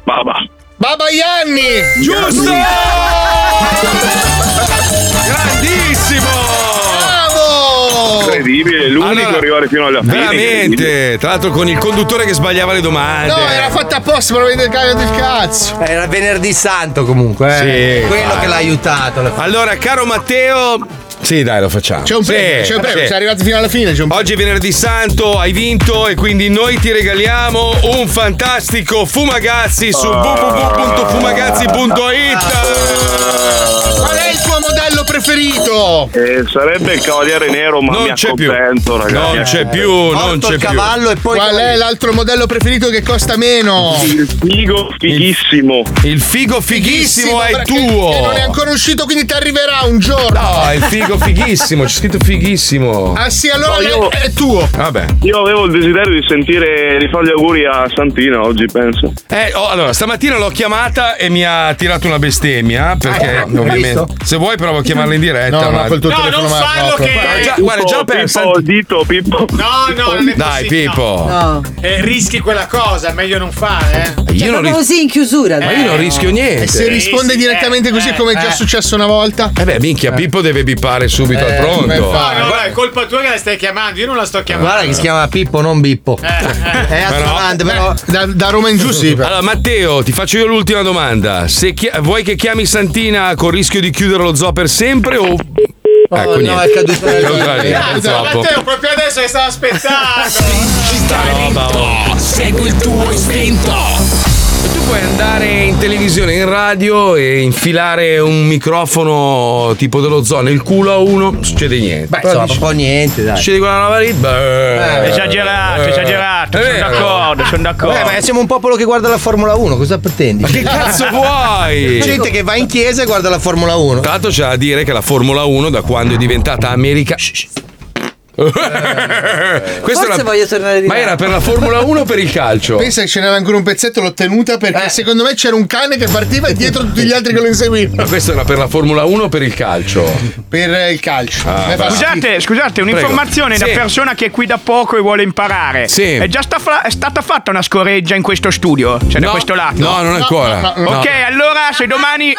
Ianni. Giusto! Grandissimo! Incredibile, l'unico a arrivare fino alla fine. Veramente, tra l'altro con il conduttore che sbagliava le domande. No, era fatta apposta per vedere il cago del cazzo. Era venerdì santo comunque. Sì, quello che l'ha aiutato. Allora, caro Matteo. Sì, dai, lo facciamo. C'è un premio, sei arrivato fino alla fine. Oggi è venerdì santo, hai vinto e quindi noi ti regaliamo un fantastico Fumagazzi su www.fumagazzi.it. Qual è il tuo modello preferito? Sarebbe il Cavaliere Nero, ma non mi accontento, ragazzi. Non c'è più, non c'è più. Cavallo e poi qual è l'altro modello preferito che costa meno? Il figo fighissimo. Il figo fighissimo è tuo. Che non è ancora usito, quindi ti arriverà un giorno. No, il figo fighissimo, c'è scritto fighissimo. Ah sì, allora è tuo. Vabbè. Io avevo il desiderio di fare gli auguri a Santina oggi, penso. Allora, stamattina l'ho chiamata e mi ha tirato una bestemmia. Perché ovviamente. Se vuoi provo a chiamarla in diretta. No, col tuo telefono. Non farlo che. Guarda, già perso. Pippo. No, non è dai, così, Pippo. No. Rischi quella cosa, meglio non fare. Io non così in chiusura. Ma io non rischio niente. E se risponde direttamente così come è già successo una volta? Minchia, Pippo deve bippare subito al pronto. No, è colpa tua che la stai chiamando, io non la sto chiamando. Guarda che si chiama Pippo, non Bippo. È attrovante, però. Da Roma in giù sì. Allora, Matteo, ti faccio io l'ultima domanda. Vuoi che chiami Santina con rischio di chiudere lo zoo per sempre o. Ecco, no, è caduto Matteo, proprio adesso che stavo aspettando. Segui il tuo istinto. Tu puoi andare in televisione, in radio e infilare un microfono tipo dello zoo nel culo a uno, non succede niente. Beh, insomma, un po' niente, dai. Succede quella roba lì. Esagerato. Sono d'accordo. Ma siamo un popolo che guarda la Formula 1, cosa pretendi? Ma che cazzo vuoi? Gente che va in chiesa e guarda la Formula 1. Tra l'altro c'è da dire che la Formula 1 da quando è diventata Forse voglio tornare di Ma era per la Formula 1 o per il calcio? Pensa che ce n'era ancora un pezzetto, l'ho tenuta perché secondo me c'era un cane che partiva e dietro tutti gli altri che lo inseguivano. Ma questo era per la Formula 1 o per il calcio? Per il calcio. Scusate, un'informazione da persona che è qui da poco e vuole imparare. Sì. È già stata fatta una scoreggia in questo studio? Cioè da questo lato? No, non ancora. No. Ok, allora se domani.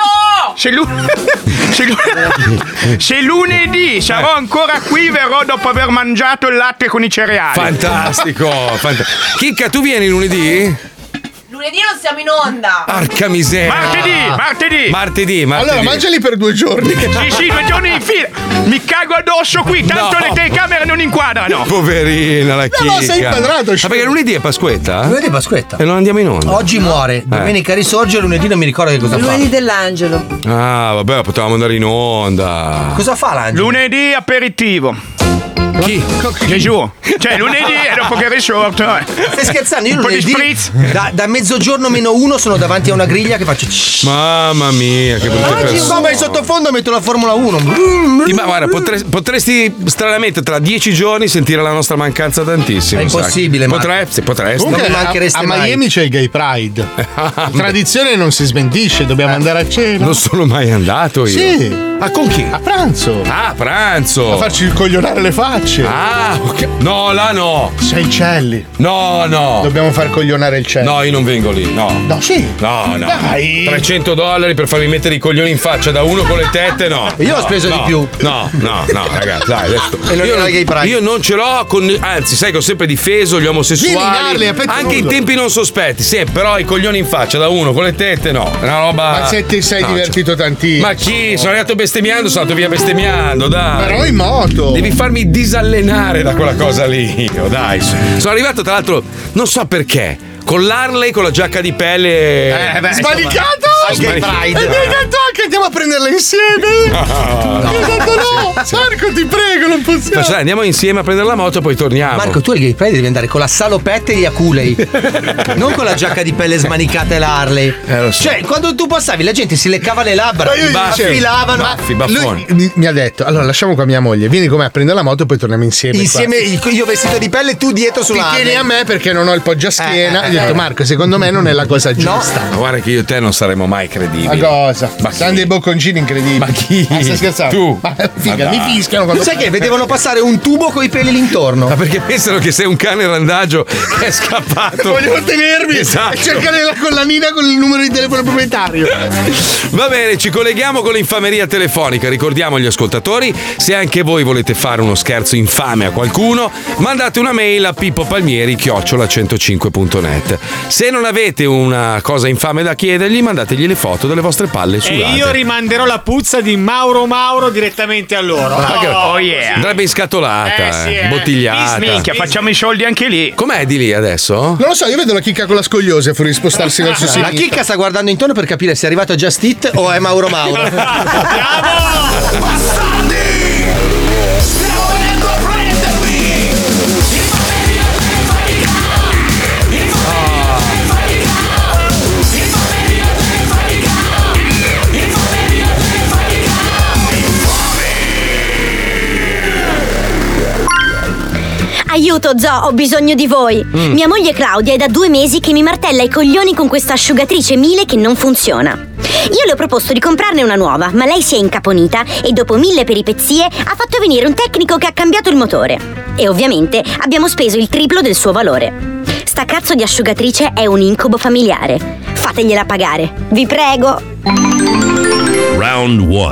Se lunedì sarò ancora qui, verrò dopo aver mangiato il latte con i cereali. Fantastico. Chicca, tu vieni lunedì? Lunedì non siamo in onda. Porca miseria. Martedì. Allora mangiali per 2 giorni. Sì, 2 giorni in fila. Mi cago addosso qui, tanto le telecamere non inquadrano. Poverina la chicca. No, sei inquadrato. Ma perché lunedì è Pasquetta? Lunedì è Pasquetta. E non andiamo in onda. Oggi muore, domenica risorge, lunedì non mi ricordo che cosa fa. Lunedì dell'angelo. Ah, vabbè, potevamo andare in onda. Cosa fa l'angelo? Lunedì aperitivo. Chi? Gesù. Cioè lunedì e dopo che è risorto. Stai scherzando? Io un po' di lunedì spritz. Da mezzogiorno -1 sono davanti a una griglia che faccio. Mamma mia, che brutte persone. Ma in sottofondo metto la Formula 1. Ma guarda, potresti stranamente tra 10 giorni sentire la nostra mancanza tantissimo. È impossibile, ma potresti. Comunque, non manchereste a mai. Miami c'è il Gay Pride. Tradizione non si smentisce, dobbiamo andare a cena. Non sono mai andato io. Sì. Ah, con chi? A pranzo. Ah, a pranzo. A farci coglionare le facce. Ah, ok. No, là no. Seychelles. No. Dobbiamo far coglionare il cielo. No, io non vengo lì, no. No, sì. No. Dai. $300 per farmi mettere i coglioni in faccia da uno con le tette, no. Io ho speso di più. No, ragazzi, dai, adesso. E non io non ce l'ho anzi, sai che ho sempre difeso gli omosessuali. Anche in tempi non sospetti, sì, però i coglioni in faccia da uno con le tette, no. È una roba. Ma se ti sei divertito tantissimo. Ma chi? Sono arrivato bestemmiando, sono andato via bestemmiando, dai. Però in moto. Devi farmi disallenare da quella cosa lì, dai. Sono arrivato, tra l'altro, non so perché. Con l'Harley, con la giacca di pelle. Smanicato! Anche il Pride. E mi hai detto anche andiamo a prenderla insieme? No. Mi hai detto no! Marco, ti prego, non possiamo. Cioè, andiamo insieme a prendere la moto e poi torniamo. Marco, tu al Gay Pride devi andare con la salopette e gli aculei. Non con la giacca di pelle smanicata e l'Harley. Lo so. Cioè, quando tu passavi, la gente si leccava le labbra, baffi, affilavano. Baffi, baffoni. Lui mi ha detto, allora lasciamo qua mia moglie, vieni con me a prendere la moto e poi torniamo insieme. Io vestito di pelle e tu dietro sulla. Ti tieni a me perché non ho il poggiaschiena. Gli ho detto, Marco, secondo me non è la cosa giusta. Ma guarda che io e te non saremo mai credibili. Ma cosa? Sono dei bocconcini incredibili. Ma chi? Stai scherzando? Tu. Ma figa, mi fischiano quando. Sai che vedevano passare un tubo coi peli l'intorno. Ma perché pensano che sei un cane randagio che è scappato. Vogliono tenermi. Esatto. E cercare la collanina con il numero di telefono proprietario. Va bene, ci colleghiamo con l'infameria telefonica. Ricordiamo agli ascoltatori, se anche voi volete fare uno scherzo infame a qualcuno, mandate una mail a pippopalmieri@105.net. Se non avete una cosa infame da chiedergli, mandategli le foto delle vostre palle sudate. E io rimanderò la puzza di Mauro direttamente a loro. Oh yeah. Andrebbe inscatolata, sì, bottigliata. Minchia, facciamo i soldi anche lì. Com'è di lì adesso? Non lo so, io vedo la chicca con la scogliosa fuori di spostarsi verso La sinistra. chicca sta guardando intorno per capire se è arrivato Just It o è Mauro. Aiuto, Zo, ho bisogno di voi. Mia moglie Claudia è da 2 mesi che mi martella i coglioni con questa asciugatrice Miele che non funziona. Io le ho proposto di comprarne una nuova, ma lei si è incaponita e dopo 1000 peripezie ha fatto venire un tecnico che ha cambiato il motore. E ovviamente abbiamo speso il triplo del suo valore. Sta cazzo di asciugatrice è un incubo familiare. Fategliela pagare, vi prego. Round 1.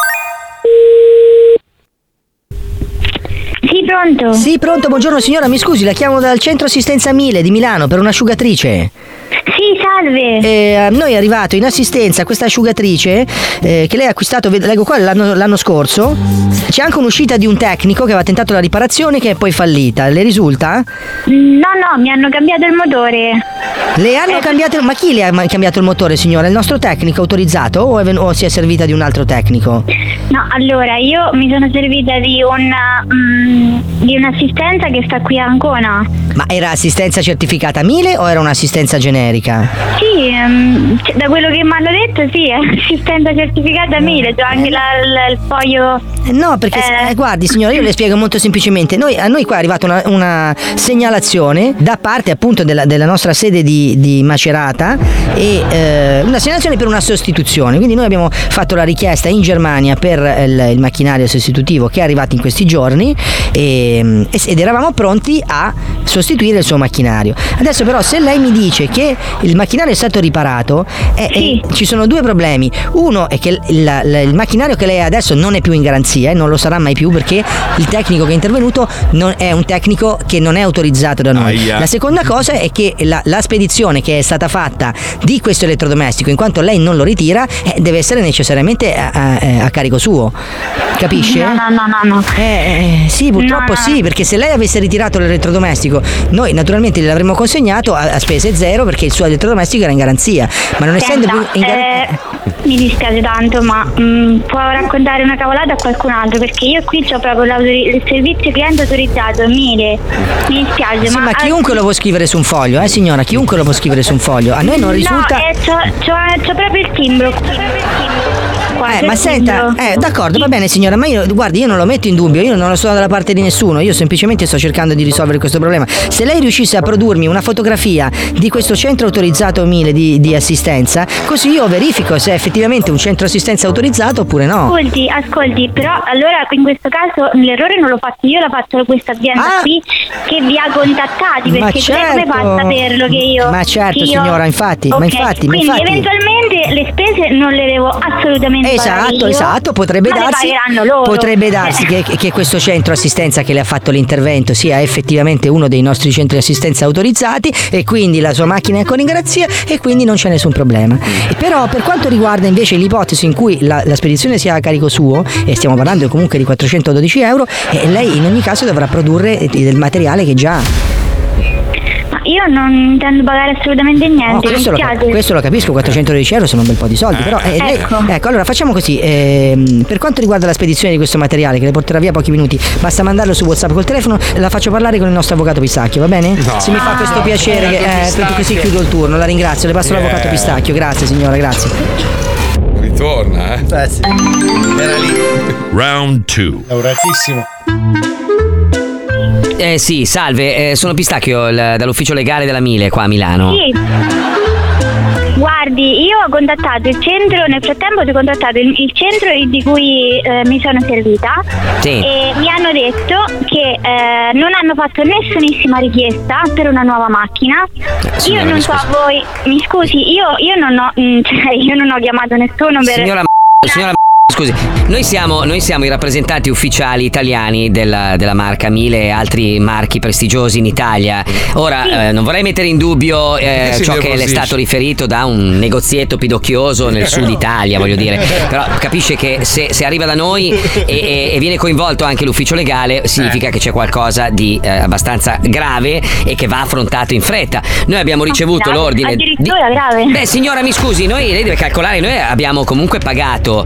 Sì, pronto? Sì, pronto, buongiorno signora, mi scusi, la chiamo dal centro assistenza Miele di Milano per un'asciugatrice. Sì, salve. A noi è arrivato in assistenza questa asciugatrice che lei ha acquistato, leggo qua, l'anno scorso. C'è anche un'uscita di un tecnico che aveva tentato la riparazione che è poi fallita. Le risulta? No, mi hanno cambiato il motore. Le hanno cambiato? Ma chi le ha cambiato il motore, signora? Il nostro tecnico autorizzato o si è servita di un altro tecnico? No, allora io mi sono servita di un'assistenza che sta qui a Ancona. Ma era assistenza certificata Miele o era un'assistenza generica? Sì, da quello che mi hanno detto sì, è assistenza certificata Miele, c'ho anche il foglio. No, perché guardi signora, io le spiego molto semplicemente. A noi qua è arrivata una segnalazione da parte appunto della nostra sede di Macerata e una segnalazione per una sostituzione. Quindi noi abbiamo fatto la richiesta in Germania per il macchinario sostitutivo che è arrivato in questi giorni ed eravamo pronti a sostituire il suo macchinario. Adesso però se lei mi dice che il macchinario è stato riparato ci sono 2 problemi. Uno è che il macchinario che lei ha adesso non è più in garanzia e non lo sarà mai più perché il tecnico che è intervenuto è un tecnico che non è autorizzato da noi. La seconda cosa è che la spedizione che è stata fatta di questo elettrodomestico, in quanto lei non lo ritira, deve essere necessariamente a carico suo. Capisce? No. Sì, purtroppo sì, perché se lei avesse ritirato l'elettrodomestico, noi naturalmente gliel'avremmo consegnato a spese zero perché il suo elettrodomestico era in garanzia. Ma non essendo più in garanzia. Mi dispiace tanto, ma può raccontare una cavolata a qualcun altro perché io qui c'ho proprio il servizio cliente autorizzato Miele. Mi dispiace, sì, ma chiunque lo può scrivere su un foglio, signora, chiunque lo può scrivere su un foglio. A noi non risulta. No, c'ho proprio il timbro. Ma senta, d'accordo, va bene signora, ma io non lo metto in dubbio, io non sono dalla parte di nessuno, io semplicemente sto cercando di risolvere questo problema. Se lei riuscisse a produrmi una fotografia di questo centro autorizzato Mile di assistenza, così io verifico se è effettivamente un centro assistenza autorizzato oppure no. Ascolti, però allora in questo caso l'errore non l'ho fatto io, l'ha fatto questa azienda qui che vi ha contattati, perché come fa a saperlo che io? Ma certo signora, infatti, quindi eventualmente le spese non le devo assolutamente pagare io, esatto, potrebbe darsi che questo centro assistenza che le ha fatto l'intervento sia effettivamente uno dei nostri centri di assistenza autorizzati e quindi la sua macchina è ancora in garanzia e quindi non c'è nessun problema. Però per quanto riguarda invece l'ipotesi in cui la spedizione sia a carico suo, e stiamo parlando comunque di 412 euro, lei in ogni caso dovrà produrre del materiale che già ha. Io non intendo pagare assolutamente niente. Questo lo capisco, 412 euro sono un bel po' di soldi, però ecco, allora facciamo così, per quanto riguarda la spedizione di questo materiale che le porterà via pochi minuti, basta mandarlo su WhatsApp col telefono, la faccio parlare con il nostro avvocato Pistacchio, va bene? No. Se mi fa questo piacere, perché così chiudo il turno, la ringrazio, le passo l'avvocato Pistacchio, grazie signora, grazie. Ritorna, sì. Era lì. Round 2. Lauratissimo. Sì, salve, sono Pistacchio dall'ufficio legale della Mile qua a Milano. Sì. Guardi, io ho contattato il centro, nel frattempo ho contattato il centro di cui mi sono servita e mi hanno detto che non hanno fatto nessunissima richiesta per una nuova macchina. Io non so, voi, mi scusi, io non ho chiamato nessuno per... Signora scusi, noi siamo i rappresentanti ufficiali italiani della marca Mile e altri marchi prestigiosi in Italia. Ora, non vorrei mettere in dubbio ciò che le è stato riferito da un negozietto pidocchioso nel sud Italia, voglio dire. Però capisce che se arriva da noi e viene coinvolto anche l'ufficio legale, significa che c'è qualcosa di abbastanza grave e che va affrontato in fretta. Noi abbiamo ricevuto l'ordine. Addirittura grave. Beh, signora, mi scusi, lei deve calcolare, noi abbiamo comunque pagato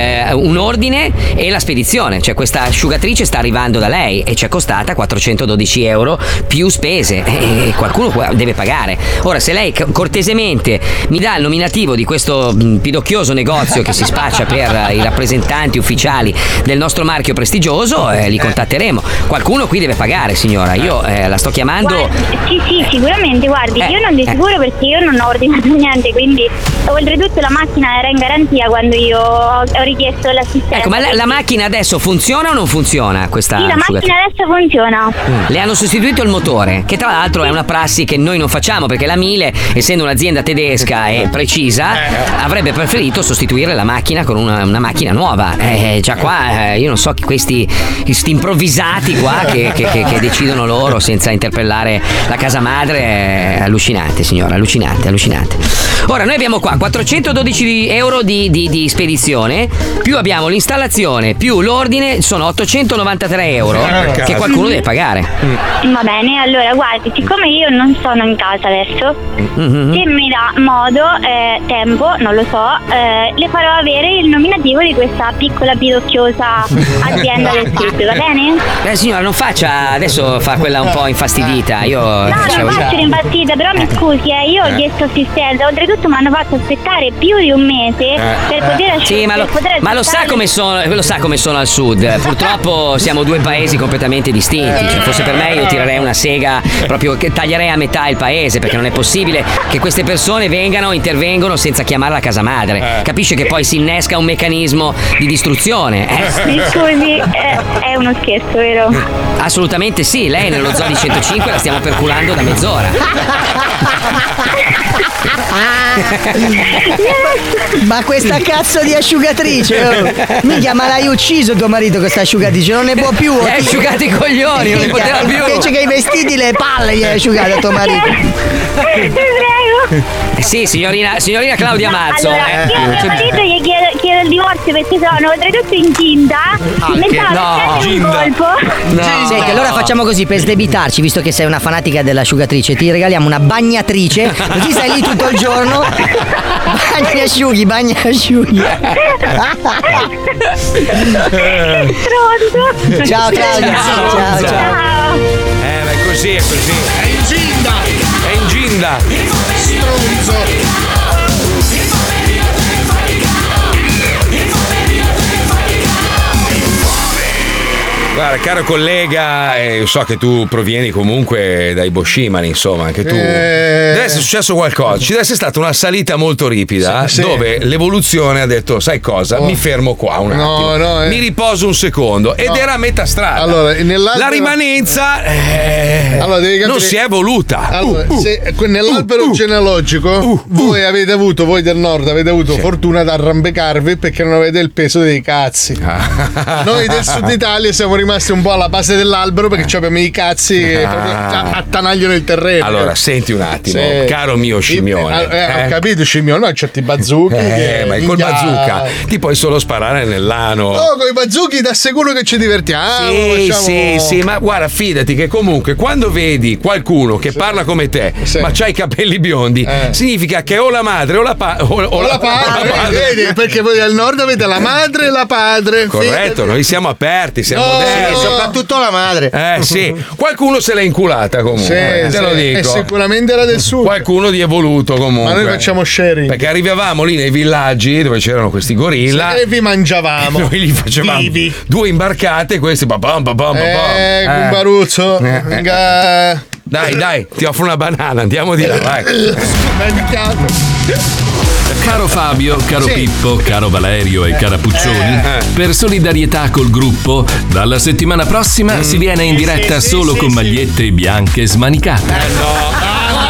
un ordine e la spedizione, cioè questa asciugatrice sta arrivando da lei e ci è costata 412 euro più spese e qualcuno deve pagare. Ora, se lei cortesemente mi dà il nominativo di questo pidocchioso negozio che si spaccia per i rappresentanti ufficiali del nostro marchio prestigioso, li contatteremo. Qualcuno qui deve pagare, signora, io la sto chiamando. Sì, sicuramente, guardi, io non di sicuro perché io non ho ordinato niente, quindi oltretutto la macchina era in garanzia quando io ho richiesto l'assistenza. Ecco, ma la macchina adesso funziona o non funziona questa? Sì, la macchina adesso funziona. Le hanno sostituito il motore, che tra l'altro è una prassi che noi non facciamo perché la Mile, essendo un'azienda tedesca e precisa, avrebbe preferito sostituire la macchina con una macchina nuova. Già qua io non so questi improvvisati qua che decidono loro senza interpellare la casa madre, è allucinante, signora, allucinante. Ora noi abbiamo qua 412 euro di spedizione, più abbiamo l'installazione, più l'ordine, sono 893 euro che qualcuno deve pagare. Va bene, allora guardi, siccome io non sono in casa adesso, se mi dà modo, tempo, non lo so, le farò avere il nominativo di questa piccola pidocchiosa azienda del sud, va bene? Signora, non faccia, adesso fa quella un po' infastidita. Io non faccio l'infastidita, però mi scusi, io ho chiesto assistenza, oltretutto mi hanno fatto aspettare più di un mese per poter sì, ma lo sa come sono al sud. Purtroppo siamo due paesi completamente distinti. Cioè, fosse per me io tirerei una sega, proprio che taglierei a metà il paese, perché non è possibile che queste persone intervengono senza chiamare la casa madre. Capisce che poi si innesca un meccanismo di distruzione. Mi scusi, è uno scherzo, vero? Assolutamente sì, lei nello zoo di 105 la stiamo perculando da mezz'ora. Ma questa cazzo di asciugatrice, minchia, ma l'hai ucciso tuo marito questa asciugatrice, non ne può più. Gli hai asciugato i coglioni, non ne poteva più. Invece che i vestiti, le palle gli hai asciugato a tuo marito. Ti prego. Sì, signorina Claudia Mazzo. Allora, io a mio marito gli chiedo il divorzio perché sono oltretutto incinta. Mi stava un colpo. Senti, allora facciamo così, per sdebitarci, visto che sei una fanatica dell'asciugatrice, ti regaliamo una bagnatrice, così stai lì tutto il giorno. Bagna asciughi. Ciao Claudia. Ciao. Ma è così. È inginda. Stronzo. Guarda, caro collega, so che tu provieni comunque dai Boschimani, insomma, anche tu. Deve essere successo qualcosa, ci deve essere stata una salita molto ripida, dove l'evoluzione ha detto, sai cosa, mi fermo qua un attimo, mi riposo un secondo, ed era a metà strada. Allora, la rimanenza non si è evoluta. Allora, se nell'albero genealogico voi del nord avete avuto fortuna ad arrampicarvi perché non avete il peso dei cazzi. Noi del sud Italia siamo rimasti un po' alla base dell'albero perché abbiamo i cazzi proprio a tanaglio nel terreno. Allora, senti un attimo, caro mio scimmione. Ho capito, scimmione, ma certi bazooki. Ma col bazooka ti puoi solo sparare nell'ano. No, con i bazooki ti assicuro che ci divertiamo. Sì, ma guarda, fidati che comunque quando vedi qualcuno che parla come te, ma c'ha i capelli biondi, significa che o la madre o la padre. Vedi, perché voi al nord avete la madre e la padre. Corretto, noi siamo aperti, siamo moderni. Soprattutto la madre. Sì, qualcuno se l'è inculata comunque. Te lo dico. E sicuramente era del sud. Qualcuno di evoluto comunque. Ma noi facciamo sharing. Perché arrivavamo lì nei villaggi dove c'erano questi gorilla e vi mangiavamo. Noi gli facevamo 2 imbarcate e questi Gumbaruzzo. Dai, ti offro una banana, andiamo di là, vai. Caro Fabio, caro Pippo, caro Valerio e cara Puccioni, per solidarietà col gruppo, dalla settimana prossima si viene in diretta solo con magliette bianche smanicate.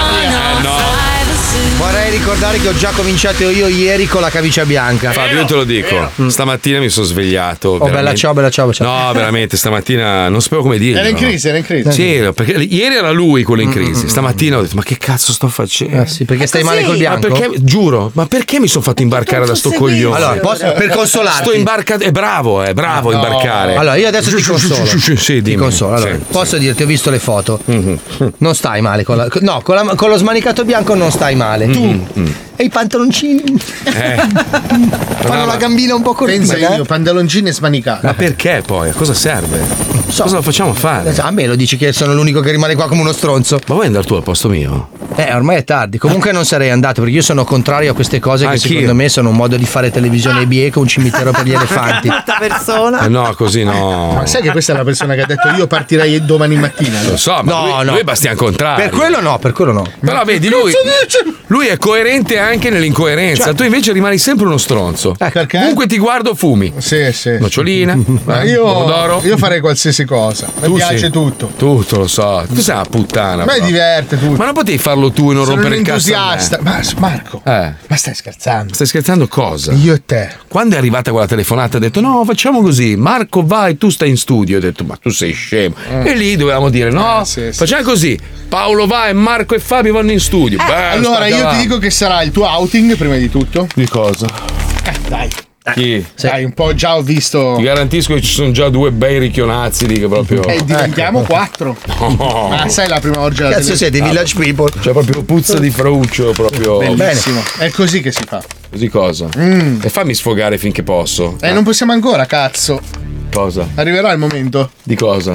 Vorrei ricordare che ho già cominciato io ieri con la camicia bianca. Fabio, io te lo dico, stamattina mi sono svegliato. Bella ciao. No, veramente, stamattina non sapevo come dirlo. Era in crisi. Sì, perché ieri era lui quello in crisi. Stamattina ho detto, ma che cazzo sto facendo? Sì, perché stai male col bianco? Ma perché, giuro, ma perché mi sono fatto imbarcare da sto coglione? Allora, per consolarti. Sto imbarcato, è bravo a imbarcare. Allora, io adesso ti consolo. Sì, dimmi. Ti consolo. Allora, posso dirti, ho visto le foto. Non stai male con lo smanicato bianco non stai male. E i pantaloncini fanno la gambina un po' cortina. Pensa io, pantaloncini e smanicati. Ma perché poi? A cosa serve? Cosa lo facciamo fare? A me lo dici che sono l'unico che rimane qua come uno stronzo. Ma vuoi andare tu al posto mio? Ormai è tardi. Comunque non sarei andato perché io sono contrario a queste cose che secondo me sono un modo di fare televisione bieco, un cimitero per gli elefanti. Persona. No, così no. Ma sai che questa è la persona che ha detto io partirei domani mattina? Lo so, ma lui è Bastian Contrario. Per quello no. Però vedi, lui è coerente anche nell'incoerenza. Tu invece rimani sempre uno stronzo. Perché? Comunque ti guardo, fumi. Sì. Nocciolina. Io farei qualsiasi cosa. Mi piace tutto. Tutto, lo so. Tu sei una puttana. Ma diverte tutto. Ma non potevi farlo tu e non rompere il cazzo? Sono un entusiasta. Marco, ma stai scherzando? Stai scherzando cosa? Io e te. Quando è arrivata quella telefonata ha detto no, facciamo così. Marco vai, tu stai in studio. Ho detto ma tu sei scemo. E lì dovevamo dire no, facciamo così. Paolo vai, Marco e Fabio vanno in studio. Allora io ti dico che sarà il tuo outing prima di tutto. Di cosa? Dai. Chi? Dai, un po' già ho visto. Ti garantisco che ci sono già 2 bei ricchionazzi lì che proprio. E diventiamo 4. No. Ma sai la prima orgia della Cazzo siete Village People. C'è proprio puzza di frauccio proprio. Bellissimo. È così che si fa. Così cosa? E fammi sfogare finché posso. Non possiamo ancora, cazzo. Cosa? Arriverà il momento. Di cosa?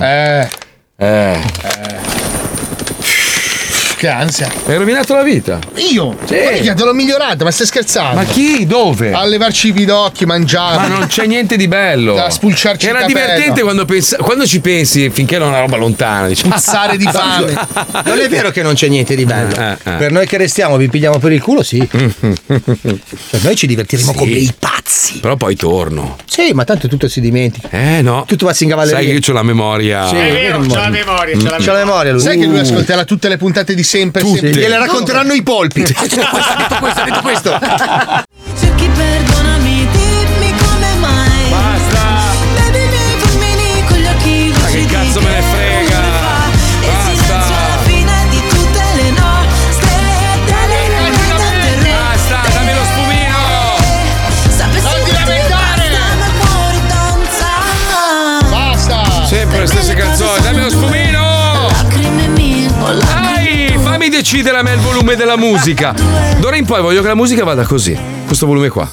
Che ansia. Hai rovinato la vita. Io? Sì. Mica te l'ho migliorata, ma stai scherzando? Ma chi? Dove? A levarci i pidocchi, mangiare. Ma non c'è niente di bello. Da spulciarci Era il capello. divertente quando ci pensi, finché non è una roba lontana. Diciamo. Puzzare di fame. Non è vero che non c'è niente di bello. Per noi che restiamo, vi pigliamo per il culo, sì. Cioè, noi ci divertiremo come i pazzi. Però poi torno. Sì, ma tanto tutto si dimentica. No. Tutto va in cavalleria. Sai che io ho la memoria. Sì, È vero, c'ha la memoria. C'ha la memoria lui. Sai che lui ascolterà tutte le puntate di sempre. Tutte. Gliele racconteranno i polpi. Ha detto questo. Cerchi perdonami, dimmi come mai. Basta. Vedi i miei fulmini con gli occhi Ma che cazzo me ne frega. Basta. Alla fine di tutte le nostre Basta, dammi lo sfumino. Non ti lamentare. Basta. Sempre le stesse canzoni, dammi lo sfumino. Dai, fammi decidere a me il volume della musica. D'ora in poi voglio che la musica vada così. Questo volume qua.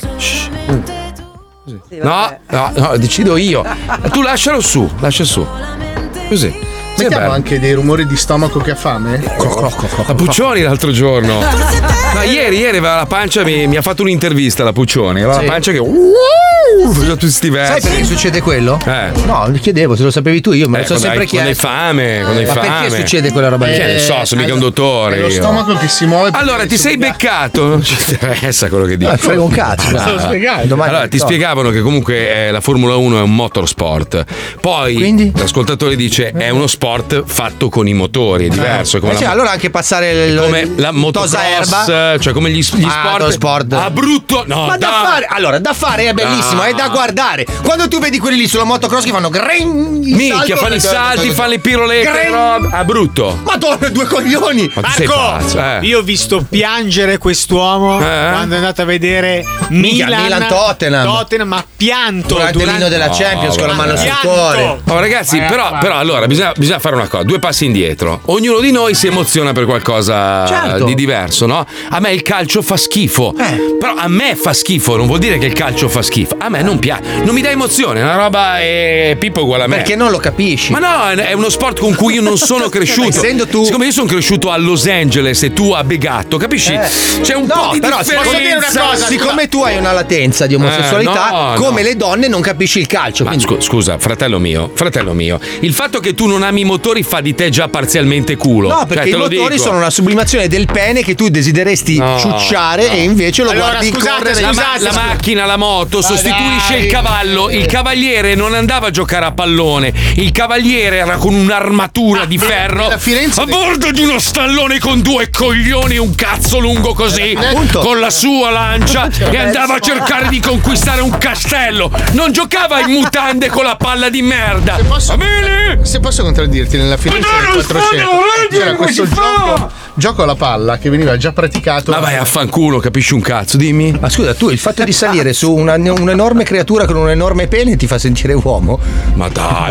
No, decido io. Tu lascia su. Così. Mettiamo anche dei rumori di stomaco che ha fame? La Puccioni l'altro giorno. Ma ieri aveva la pancia, mi ha fatto un'intervista la Puccioni. Aveva la pancia che. tutti sti versi. Sai perché succede quello? No, mi chiedevo, se lo sapevi tu, io me lo sono sempre chiesto. Quando hai fame. Ma perché succede quella roba lì? Che ne so, sono mica un dottore. È lo stomaco che si muove. Allora, ti sei beccato? Non ci interessa quello che dico. Frega un cazzo. Allora, ti spiegavano che comunque la Formula 1 è un motorsport. Poi l'ascoltatore dice è uno sport fatto con i motori, è diverso. Come allora anche passare come la motocross, cioè come gli sport. Ah, brutto! No, ma da fare. Allora, da fare è bellissimo, è da guardare. Quando tu vedi quelli lì sulla motocross che fanno minchia, fanno i salti, fanno le pirolette, ah, brutto. Madonna, due coglioni. Ma tu sei pazzo, Io ho visto piangere quest'uomo quando è andato a vedere Milan-Tottenham. Ma pianto durante l'inno della Champions con la mano sul cuore. Oh, ragazzi, però allora bisogna fare una cosa, 2 passi indietro. Ognuno di noi si emoziona per qualcosa di diverso, no? A me il calcio fa schifo. Però a me fa schifo, non vuol dire che il calcio fa schifo. A me non piace, non mi dà emozione, è una roba Pippo uguale a me. Perché non lo capisci? Ma no, è uno sport con cui io non sono cresciuto. Essendo tu, siccome io sono cresciuto a Los Angeles e tu a Begatto, capisci? C'è un po' di differenza. Posso dire una cosa? Siccome tu hai una latenza di omosessualità, come le donne non capisci il calcio. Ma scusa, fratello mio, il fatto che tu non ami i motori fa di te già parzialmente culo. No, perché i motori sono una sublimazione del pene che tu desideresti ciucciare e invece lo guardi correre. La macchina, la moto sostituisce il cavallo. Il cavaliere non andava a giocare a pallone. Il cavaliere era con un'armatura di ferro a bordo di uno stallone con 2 coglioni e un cazzo lungo così, con la sua lancia, e andava a cercare di conquistare un castello. Non giocava in mutande con la palla di merda. Se posso contraddirti, nella Firenze del 400 c'era questo gioco alla palla che veniva già praticato. Ma vai a fanculo, capisci un cazzo, dimmi. Ma scusa, tu il fatto di salire su un'enorme creatura con un enorme pene ti fa sentire uomo? Ma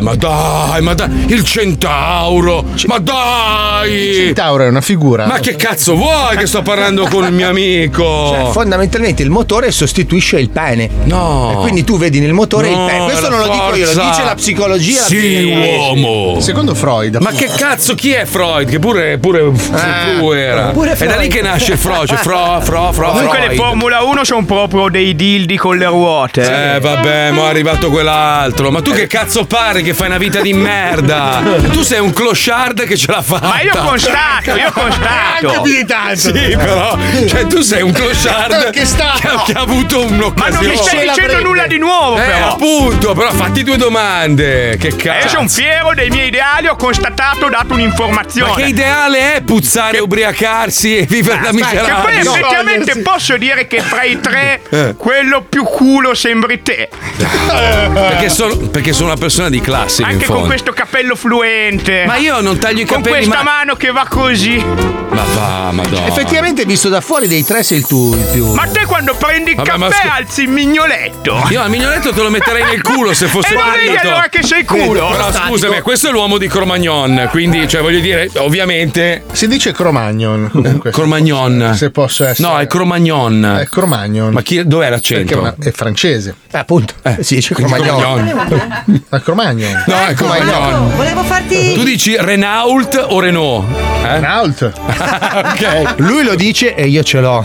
dai, il centauro! Ma dai! Il centauro è una figura. Ma che cazzo vuoi che sto parlando con il mio amico? Cioè, fondamentalmente il motore sostituisce il pene. No. E quindi tu vedi nel motore il pene. Questo non lo dico io, lo dice la psicologia. Sì, uomo. Secondo Freud. Ma che cazzo, chi è Freud? Che pure era. È da lì che nasce Freud. Comunque le Formula 1 sono proprio dei dildi con le ruote. Vabbè, ma è arrivato quell'altro. Ma tu che cazzo pare che fai una vita di merda? Tu sei un clochard che ce l'ha fatta. Ma io constato. Anche militante. Sì, però cioè tu sei un clochard che ha avuto un'occasione. Ma non mi stai dicendo nulla di nuovo, però. Appunto, però fatti 2 domande. Che cazzo? Io sono fiero dei miei ideali, ho constatato, ho dato un'informazione. Ma che ideale è puzzare, ubriacarsi e vivere la miseria? Poi effettivamente posso dire che fra i 3 quello più culo sembri te. Perché sono una persona di classe. Anche con questo capello fluente. Ma io non taglio i capelli. Con questa mano che va così. Ma va, madonna. Effettivamente visto da fuori dei 3 sei tu il più. Ma te quando prendi il caffè alzi il mignoletto. Io al mignoletto te lo metterei nel culo se fosse partito. E allora che sei culo. Però scusami, questo è l'uomo di Cro-Magnon, quindi cioè voglio dire, ovviamente si dice Cro-Magnon comunque. Cro-Magnon. Se posso essere. No, è Cro-Magnon. È Cro-Magnon. Ma dov'è l'accento? È francese. Appunto. Si dice Cro-Magnon. È Cro-Magnon. No, è Cro-Magnon. Volevo farti. Tu dici Renault o Renault? Renault. Ok. Lui lo dice e io ce l'ho.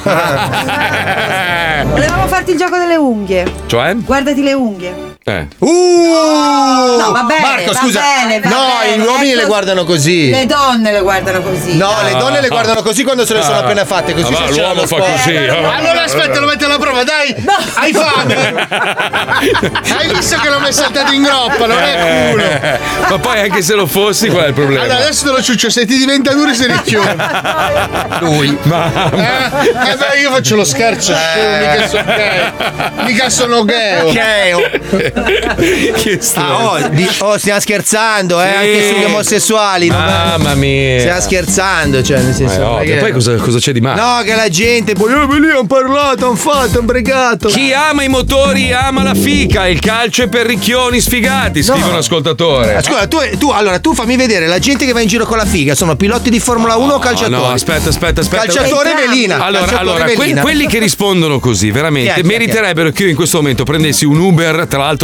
Volevamo farti il gioco delle unghie. Cioè? Guardati le unghie. No, va bene. Marco, scusa. Va bene, gli uomini le guardano così. Le donne le guardano così. No, le donne le guardano così quando se le sono appena fatte. Così l'uomo fa così. Allora aspetta, lo metti alla prova, dai. No. Hai fame? Hai visto che l'ho messa saltato in groppa, non è culo. Ma poi anche se lo fossi, qual è il problema? Allora adesso te lo ciuccio, se ti diventa duro si richiude. Lui. Beh, io faccio lo scherzo, mica sono gay. Che stiamo scherzando, anche sugli omosessuali. Mamma mia. Stiamo scherzando, cioè nel senso. E poi cosa c'è di male? No, che la gente poi lì hanno parlato, hanno fatto, hanno bregato. Chi ama i motori ama la fica, il calcio è per ricchioni sfigati, scrive un ascoltatore. Ascolta, tu fammi vedere la gente che va in giro con la figa, sono piloti di Formula 1 o calciatori? No, aspetta. Calciatore velina. Allora, quelli che rispondono così, veramente, meriterebbero che io in questo momento prendessi un Uber, tra l'altro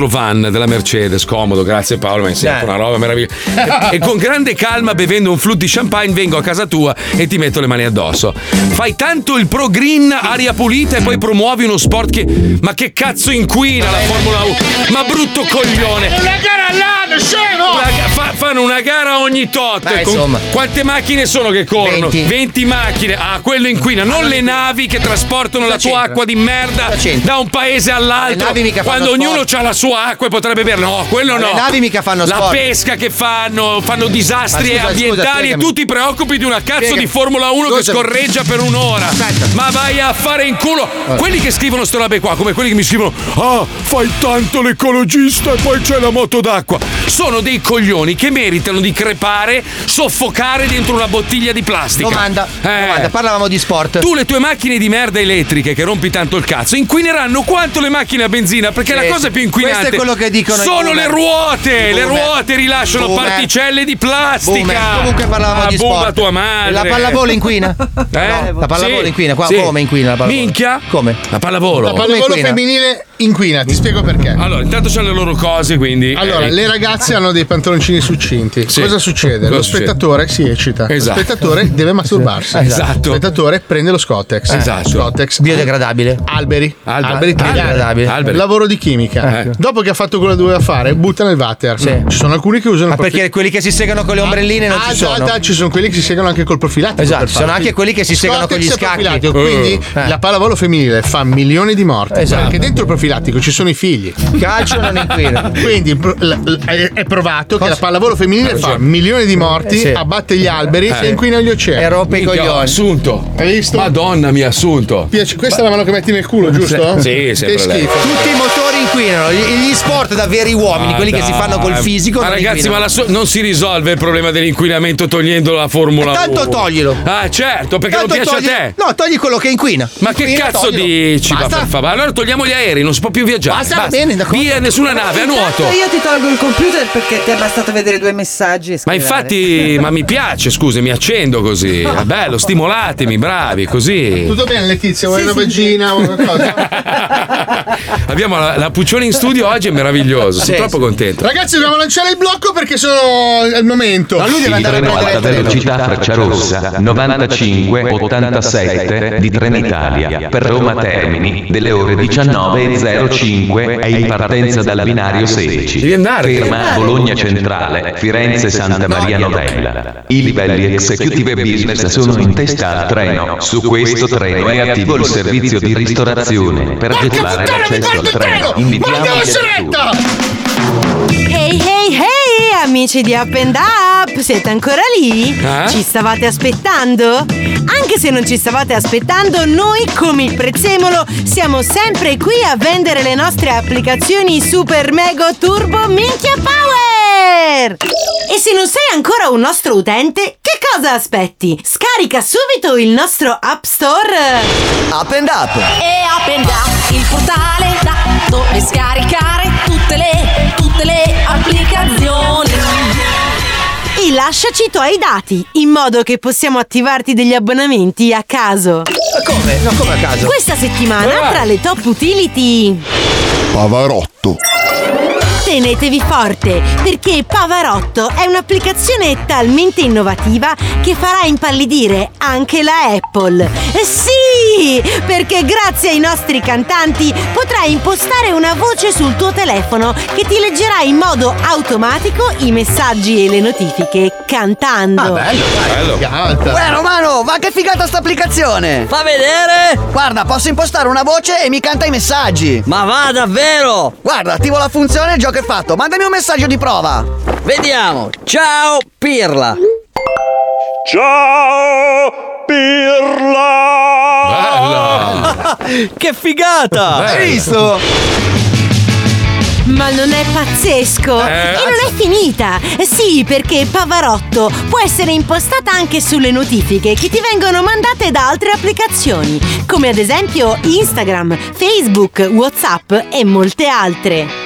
nostro van della Mercedes, comodo, grazie Paolo, mi hai insegnato una roba meravigliosa. E con grande calma, bevendo un flute di champagne, vengo a casa tua e ti metto le mani addosso. Fai tanto il pro green, aria pulita, e poi promuovi uno sport ma che cazzo inquina la Formula 1? Ma brutto coglione! È una gara all'anno, scemo! Fanno una gara ogni tot. Quante macchine sono che corrono? 20 macchine. Ah, quello inquina, non le navi che trasportano la tua acqua di merda da un paese all'altro. Quando ognuno ha la sua acqua e potrebbe berla. No, quello no. Le navi mica fanno sport. La pesca che fanno disastri ambientali e tu ti preoccupi di una cazzo di Formula 1 che scorreggia per un'ora. Ma vai a fare in culo. Quelli che scrivono sto robe qua, come quelli che mi scrivono: ah, fai tanto l'ecologista e poi c'è la moto d'acqua. Sono dei coglioni che meritano di crepare, soffocare dentro una bottiglia di plastica. Domanda, parlavamo di sport. Tu le tue macchine di merda elettriche che rompi tanto il cazzo inquineranno quanto le macchine a benzina, perché la cosa più inquinante questo è quello che dicono sono le ruote. Le ruote rilasciano particelle di plastica. Comunque parlavamo di sport. Tua madre. La pallavolo inquina? No, la pallavolo inquina. Come inquina la pallavolo? Minchia? Come? La pallavolo. La pallavolo femminile inquina, ti spiego perché. Allora, intanto c'hanno le loro cose, quindi. Allora, le ragazze hanno dei pantaloncini succinti. Sì. Cosa succede? Lo spettatore si eccita. Esatto. Lo spettatore deve masturbarsi. Esatto. Lo spettatore prende lo Scottex. Esatto. Scottex biodegradabile. Alberi biodegradabile. Lavoro di chimica. Dopo che ha fatto quello che doveva fare, butta nel water. Ci sono alcuni che usano. Ma perché quelli che si segano con le ombrelline non ci sono? Ci sono quelli che si segano anche col profilattico. Esatto. Ci sono anche quelli che si segano con gli scacchi. Quindi la pallavolo femminile fa milioni di morti. Esatto. Perché dentro il profilattico ci sono i figli. Calcio non inquina. Quindi è provato che la pallavolo femminile fa milioni di morti, abbatte gli alberi e inquina gli oceani. E rompe i coglioni. Assunto. Hai visto? Madonna mia, assunto. Questa è la mano che metti nel culo, giusto? Sì, sempre. Che schifo. Tutti i motori inquinano. Gli sport da veri uomini, quelli che si fanno col fisico. Ma ragazzi, non si risolve il problema dell'inquinamento togliendo la Formula 1. Tanto toglilo. Ah, certo, perché non piace a te. No, togli quello che inquina. Ma che cazzo dici? Ma per favore, allora togliamo gli aerei, non si può più viaggiare. Basta. Bene, d'accordo. Via, nessuna nave, a nuoto. Io ti tolgo il computer perché ti è bastato vedere 2 messaggi e Ma infatti, ma mi piace, scusi, mi accendo così. È bello, stimolatemi, bravi, così. Tutto bene, Letizia? Vuoi una vagina o qualcosa? Abbiamo la Puccioni in studio oggi, è meraviglioso. Sono troppo contento. Ragazzi, dobbiamo lanciare il blocco perché è il momento. Ma lui deve andare a prendere alta velocità Frecciarossa 9587 di Trenitalia per Roma Termini delle ore 19:05 e in partenza dal binario 16. Devi andare. Ferma Bologna Centrale, Firenze Santa Maria Novella. I livelli executive e business sono in testa al treno. Su questo treno è attivo il servizio di ristorazione per agevolare l'accesso al treno. Invitiamo Hey hey hey, amici di Up and Up, siete ancora lì? Ci stavate aspettando? Anche se non ci stavate aspettando, noi come il Prezzemolo siamo sempre qui a vendere le nostre applicazioni Super Mega Turbo Minchia Power! E se non sei ancora un nostro utente, che cosa aspetti? Scarica subito il nostro App Store Up and Up. E Up and Up, il portale da dove scaricare tutte le applicazioni. E lasciaci i tuoi dati, in modo che possiamo attivarti degli abbonamenti a caso. Come? No, come a caso? Questa settimana tra le top utility Pavarotto. Tenetevi forte, perché Pavarotto è un'applicazione talmente innovativa che farà impallidire anche la Apple. Sì, perché grazie ai nostri cantanti potrai impostare una voce sul tuo telefono che ti leggerà in modo automatico i messaggi e le notifiche cantando. Bello. Uè Romano, ma che figata sta applicazione! Fa vedere! Guarda, posso impostare una voce e mi canta i messaggi. Ma va davvero? Guarda, attivo la funzione e il gioco è fatto. Mandami un messaggio di prova. Vediamo. Ciao Pirla. Ciao Pirla. Che figata! Hai visto? Ma non è pazzesco? E non è finita! Sì, perché Pavarotto può essere impostata anche sulle notifiche che ti vengono mandate da altre applicazioni, come ad esempio Instagram, Facebook, WhatsApp e molte altre.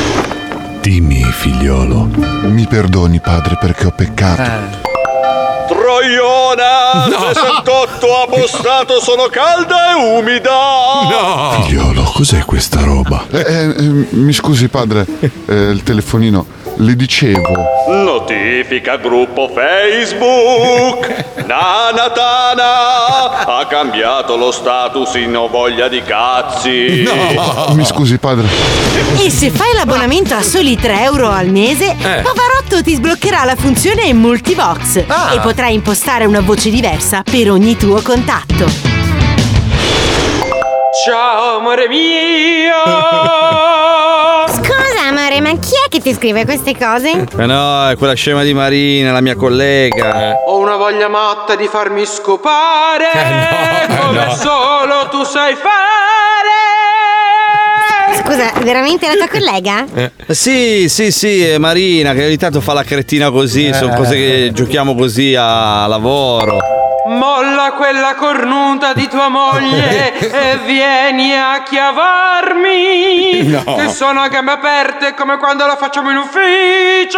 Dimmi, figliolo, mi perdoni, padre, perché ho peccato. Stroiona! No. 68 appostato, sono calda e umida! No! Figliolo, cos'è questa roba? Mi scusi padre, il telefonino. Le dicevo. Notifica gruppo Facebook. Nana Tana ha cambiato lo status in ho voglia di cazzi. No. Mi scusi padre. E se fai l'abbonamento a soli 3 euro al mese, Pavarotto ti sbloccherà la funzione Multivox e potrai impostare una voce diversa per ogni tuo contatto. Ciao amore mio. Scusa amore, ma chi è che ti scrive queste cose? No, è quella scema di Marina, la mia collega. Ho una voglia matta di farmi scopare come solo tu sai fare. Scusa, veramente la tua collega? Sì, è Marina che ogni tanto fa la cretina così, sono cose che giochiamo così a lavoro. Molla quella cornuta di tua moglie e vieni a chiavarmi. No. Che sono a gambe aperte come quando la facciamo in ufficio.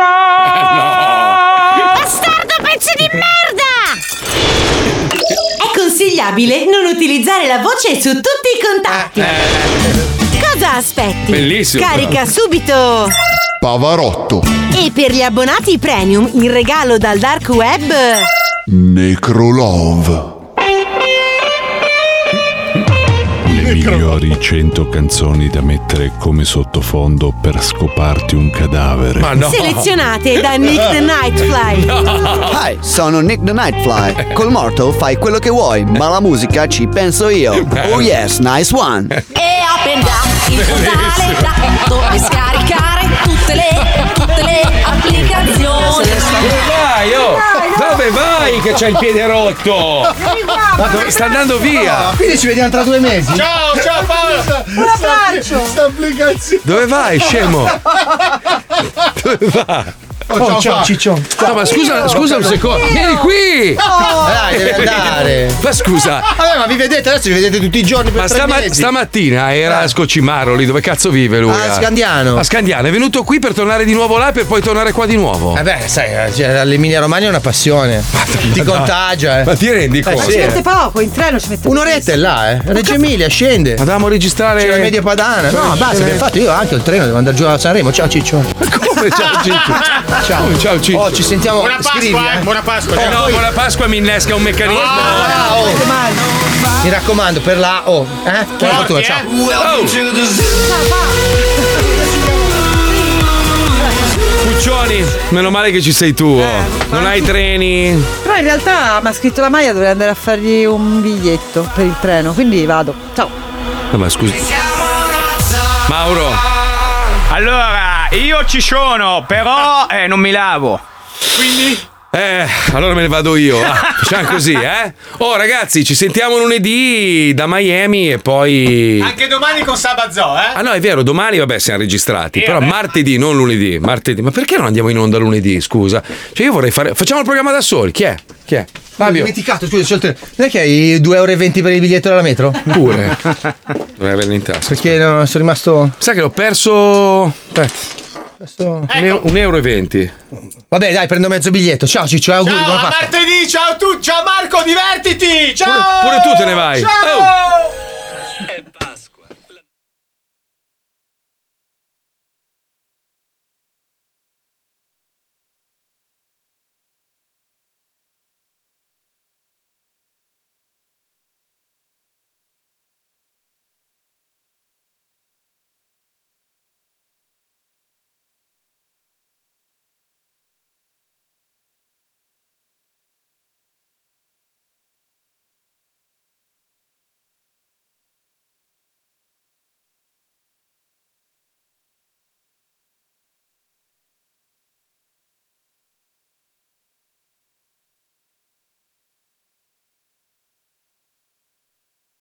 Bastardo, pezzo di merda! È consigliabile non utilizzare la voce su tutti i contatti. Cosa aspetti? Bellissimo. Carica subito Pavarotto. E per gli abbonati premium in regalo dal dark web Necrolove. Le migliori 100 canzoni da mettere come sottofondo per scoparti un cadavere. Ma no. selezionate da Nick the Nightfly. Hi, sono Nick the Nightfly. Col morto fai quello che vuoi, ma la musica ci penso io. Oh yes, nice one. E up and down, il portale da dove scaricare tutte le applicazioni. Dove vai, oh? Dove vai che c'hai il piede rotto? Ma sta andando via. Quindi ci vediamo tra 2 mesi. Ciao Paolo. Un abbraccio. Sta applicazione. Dove vai, scemo? Dove vai? Ciao Ciccio. No, ma scusa un secondo. Vieni qui! Dai, deve andare. Ma scusa. Vabbè, ma vi vedete adesso, vi vedete tutti i giorni per 3 mesi. Stamattina era a Scocimaro, lì dove cazzo vive lui? A Scandiano. A Scandiano, è venuto qui per tornare di nuovo là per poi tornare qua di nuovo. Beh, sai, l'Emilia Romagna è una passione. Ti contagia, Ma ti rendi conto? Ci mette poco, in treno ci mette Un'oretta è là, Reggio Emilia, scende. Andavamo a registrare. C'è la media padana. No, basta, abbiamo fatto io anche il treno, devo andare giù a Sanremo. Ciao Ciccio. Come ciao Ciccio? Ciao Ciccio. Oh, ci sentiamo. Buona Pasqua, Buona Pasqua. No, buona Pasqua mi innesca un meccanismo. Mi raccomando, per la buona fortuna, ciao. Puccioni, meno male che ci sei tu. Non hai treni. Però in realtà mi ha scritto la Maia, dovrei andare a fargli un biglietto per il treno, quindi vado. Ciao. Ma scusi. Mauro. Allora, io ci sono, però non mi lavo. Quindi? Allora me ne vado io. Facciamo così, Oh ragazzi, ci sentiamo lunedì da Miami e poi. Anche domani con Sabazzo, Ah no, è vero, domani vabbè siamo registrati. Però vabbè. martedì, non lunedì. Martedì. Ma perché non andiamo in onda lunedì? Scusa. Cioè io vorrei fare. Facciamo il programma da soli. Chi è? Ho dimenticato, scusa, non è che hai 2,20 euro per il biglietto della metro? Pure. Dovrei averlo in tasca. Perché no, sono rimasto. Sai che l'ho perso. Aspetta. 1,20 euro. Vabbè, dai, prendo mezzo biglietto. Ciao Ciccio, auguri, Ciao, buona a Pasqua. martedì, ciao a tutti, ciao Marco, divertiti! Ciao! Pure tu te ne vai. Ciao!